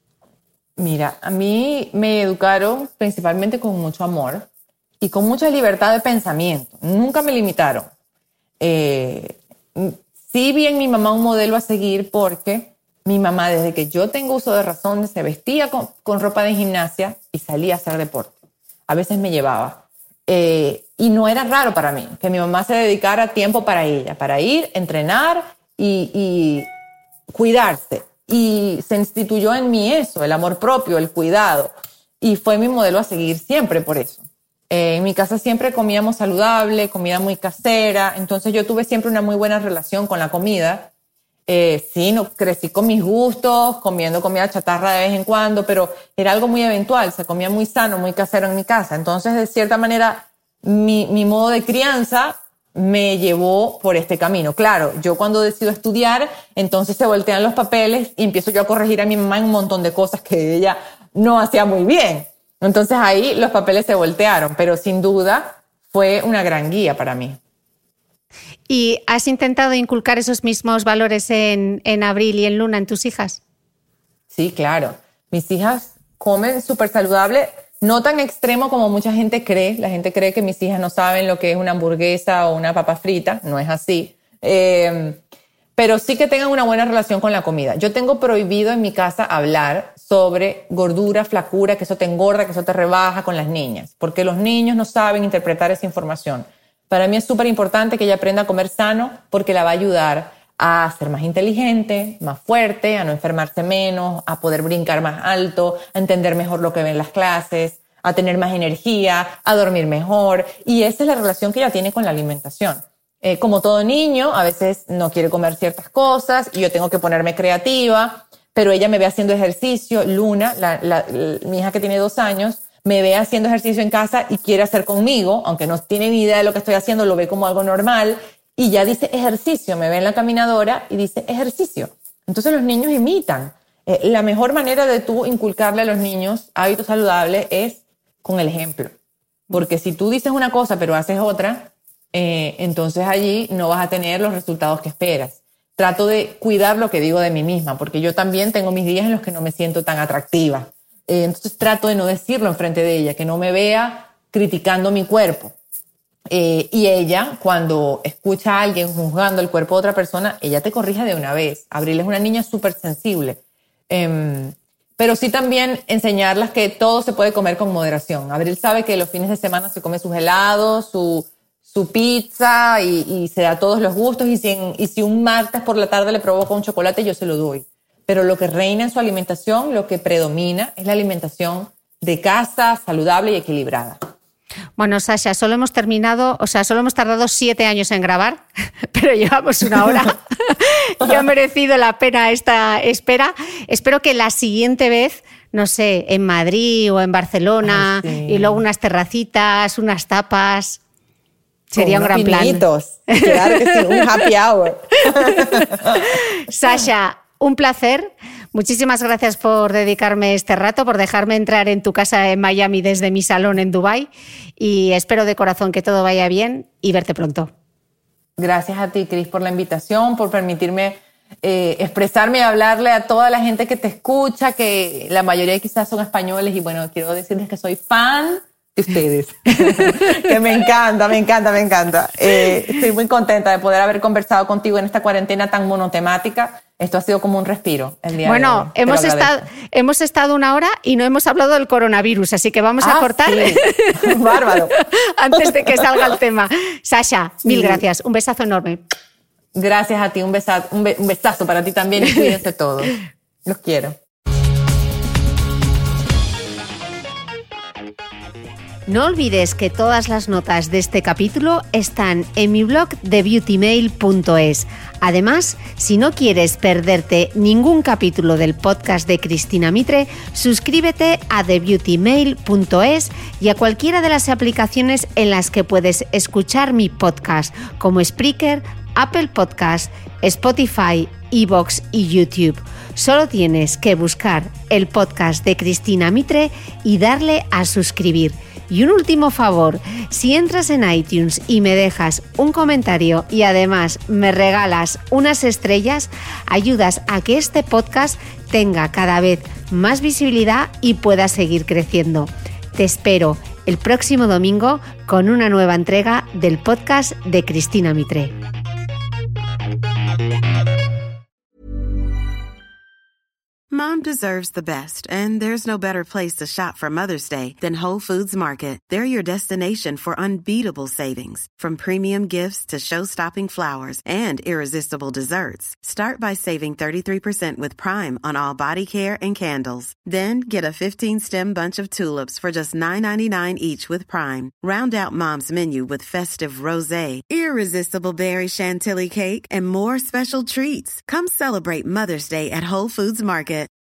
Mira, a mí me educaron principalmente con mucho amor y con mucha libertad de pensamiento. Nunca me limitaron. Eh, sí vi en mi mamá un modelo a seguir porque mi mamá, desde que yo tengo uso de razón, se vestía con, con ropa de gimnasia y salía a hacer deporte. A veces me llevaba. Eh, y no era raro para mí que mi mamá se dedicara tiempo para ella, para ir, entrenar y, y cuidarse. Y se instituyó en mí eso, el amor propio, el cuidado. Y fue mi modelo a seguir siempre por eso. Eh, en mi casa siempre comíamos saludable, comida muy casera, entonces yo tuve siempre una muy buena relación con la comida. Eh, sí, no, crecí con mis gustos, comiendo comida chatarra de vez en cuando, pero era algo muy eventual, se comía muy sano, muy casero en mi casa. Entonces, de cierta manera, mi, mi modo de crianza me llevó por este camino. Claro, yo cuando decido estudiar, entonces se voltean los papeles y empiezo yo a corregir a mi mamá en un montón de cosas que ella no hacía muy bien. Entonces ahí los papeles se voltearon, pero sin duda fue una gran guía para mí. ¿Y has intentado inculcar esos mismos valores en, en Abril y en Luna, en tus hijas? Sí, claro. Mis hijas comen súper saludable, no tan extremo como mucha gente cree. La gente cree que mis hijas no saben lo que es una hamburguesa o una papa frita. No es así. Eh, pero sí que tengan una buena relación con la comida. Yo tengo prohibido en mi casa hablar sobre gordura, flacura, que eso te engorda, que eso te rebaja con las niñas, porque los niños no saben interpretar esa información. Para mí es súper importante que ella aprenda a comer sano porque la va a ayudar a ser más inteligente, más fuerte, a no enfermarse menos, a poder brincar más alto, a entender mejor lo que ven las clases, a tener más energía, a dormir mejor. Y esa es la relación que ella tiene con la alimentación. Eh, como todo niño, a veces no quiere comer ciertas cosas y yo tengo que ponerme creativa, pero ella me ve haciendo ejercicio. Luna, la, la, la, mi hija que tiene dos años, me ve haciendo ejercicio en casa y quiere hacer conmigo, aunque no tiene ni idea de lo que estoy haciendo, lo ve como algo normal y ya dice ejercicio, me ve en la caminadora y dice ejercicio. Entonces los niños imitan. Eh, la mejor manera de tú inculcarle a los niños hábitos saludables es con el ejemplo. Porque si tú dices una cosa pero haces otra, eh, entonces allí no vas a tener los resultados que esperas. Trato de cuidar lo que digo de mí misma, porque yo también tengo mis días en los que no me siento tan atractiva. Eh, entonces trato de no decirlo enfrente de ella, que no me vea criticando mi cuerpo. Eh, y ella, cuando escucha a alguien juzgando el cuerpo de otra persona, ella te corrige de una vez. Abril es una niña súper sensible. Eh, pero sí también enseñarlas que todo se puede comer con moderación. Abril sabe que los fines de semana se come sus helados, su... su pizza y, y se da todos los gustos y si, en, y si un martes por la tarde le provoca un chocolate, yo se lo doy. Pero lo que reina en su alimentación, lo que predomina, es la alimentación de casa, saludable y equilibrada. Bueno, Sasha, solo hemos terminado, o sea, solo hemos tardado siete años en grabar, pero llevamos una hora y ha merecido la pena esta espera. Espero que la siguiente vez, no sé, en Madrid o en Barcelona, Ay, sí. y luego unas terracitas, unas tapas, sería un gran pinitos. plan. Claro que sí, un happy hour. Sasha, un placer. Muchísimas gracias por dedicarme este rato, por dejarme entrar en tu casa en Miami desde mi salón en Dubái y espero de corazón que todo vaya bien y verte pronto. Gracias a ti, Cris, por la invitación, por permitirme eh, expresarme y hablarle a toda la gente que te escucha, que la mayoría quizás son españoles y bueno, quiero decirles que soy fan de ustedes, que me encanta, me encanta, me encanta. Eh, estoy muy contenta de poder haber conversado contigo en esta cuarentena tan monotemática. Esto ha sido como un respiro el día bueno, de hoy. Bueno, hemos estado, hemos estado una hora y no hemos hablado del coronavirus, así que vamos ah, a cortar sí. Bárbaro. antes de que salga el tema. Sasha, sí. mil gracias. Un besazo enorme. Gracias a ti. Un besazo, un, be- un besazo para ti también y cuídense todos. Los quiero. No olvides que todas las notas de este capítulo están en mi blog de beauty mail punto es. Además, si no quieres perderte ningún capítulo del podcast de Cristina Mitre, suscríbete a the beauty mail punto es y a cualquiera de las aplicaciones en las que puedes escuchar mi podcast, como Spreaker, Apple Podcast, Spotify, iVoox y YouTube. Solo tienes que buscar el podcast de Cristina Mitre y darle a suscribir. Y un último favor, si entras en iTunes y me dejas un comentario y además me regalas unas estrellas, ayudas a que este podcast tenga cada vez más visibilidad y pueda seguir creciendo. Te espero el próximo domingo con una nueva entrega del podcast de Cristina Mitre. Mom deserves the best, and there's no better place to shop for Mother's Day than Whole Foods Market. They're your destination for unbeatable savings, from premium gifts to show-stopping flowers and irresistible desserts. Start by saving thirty-three percent with Prime on all body care and candles. Then get a fifteen-stem bunch of tulips for just nine ninety-nine each with Prime. Round out Mom's menu with festive rosé, irresistible berry chantilly cake, and more special treats. Come celebrate Mother's Day at Whole Foods Market.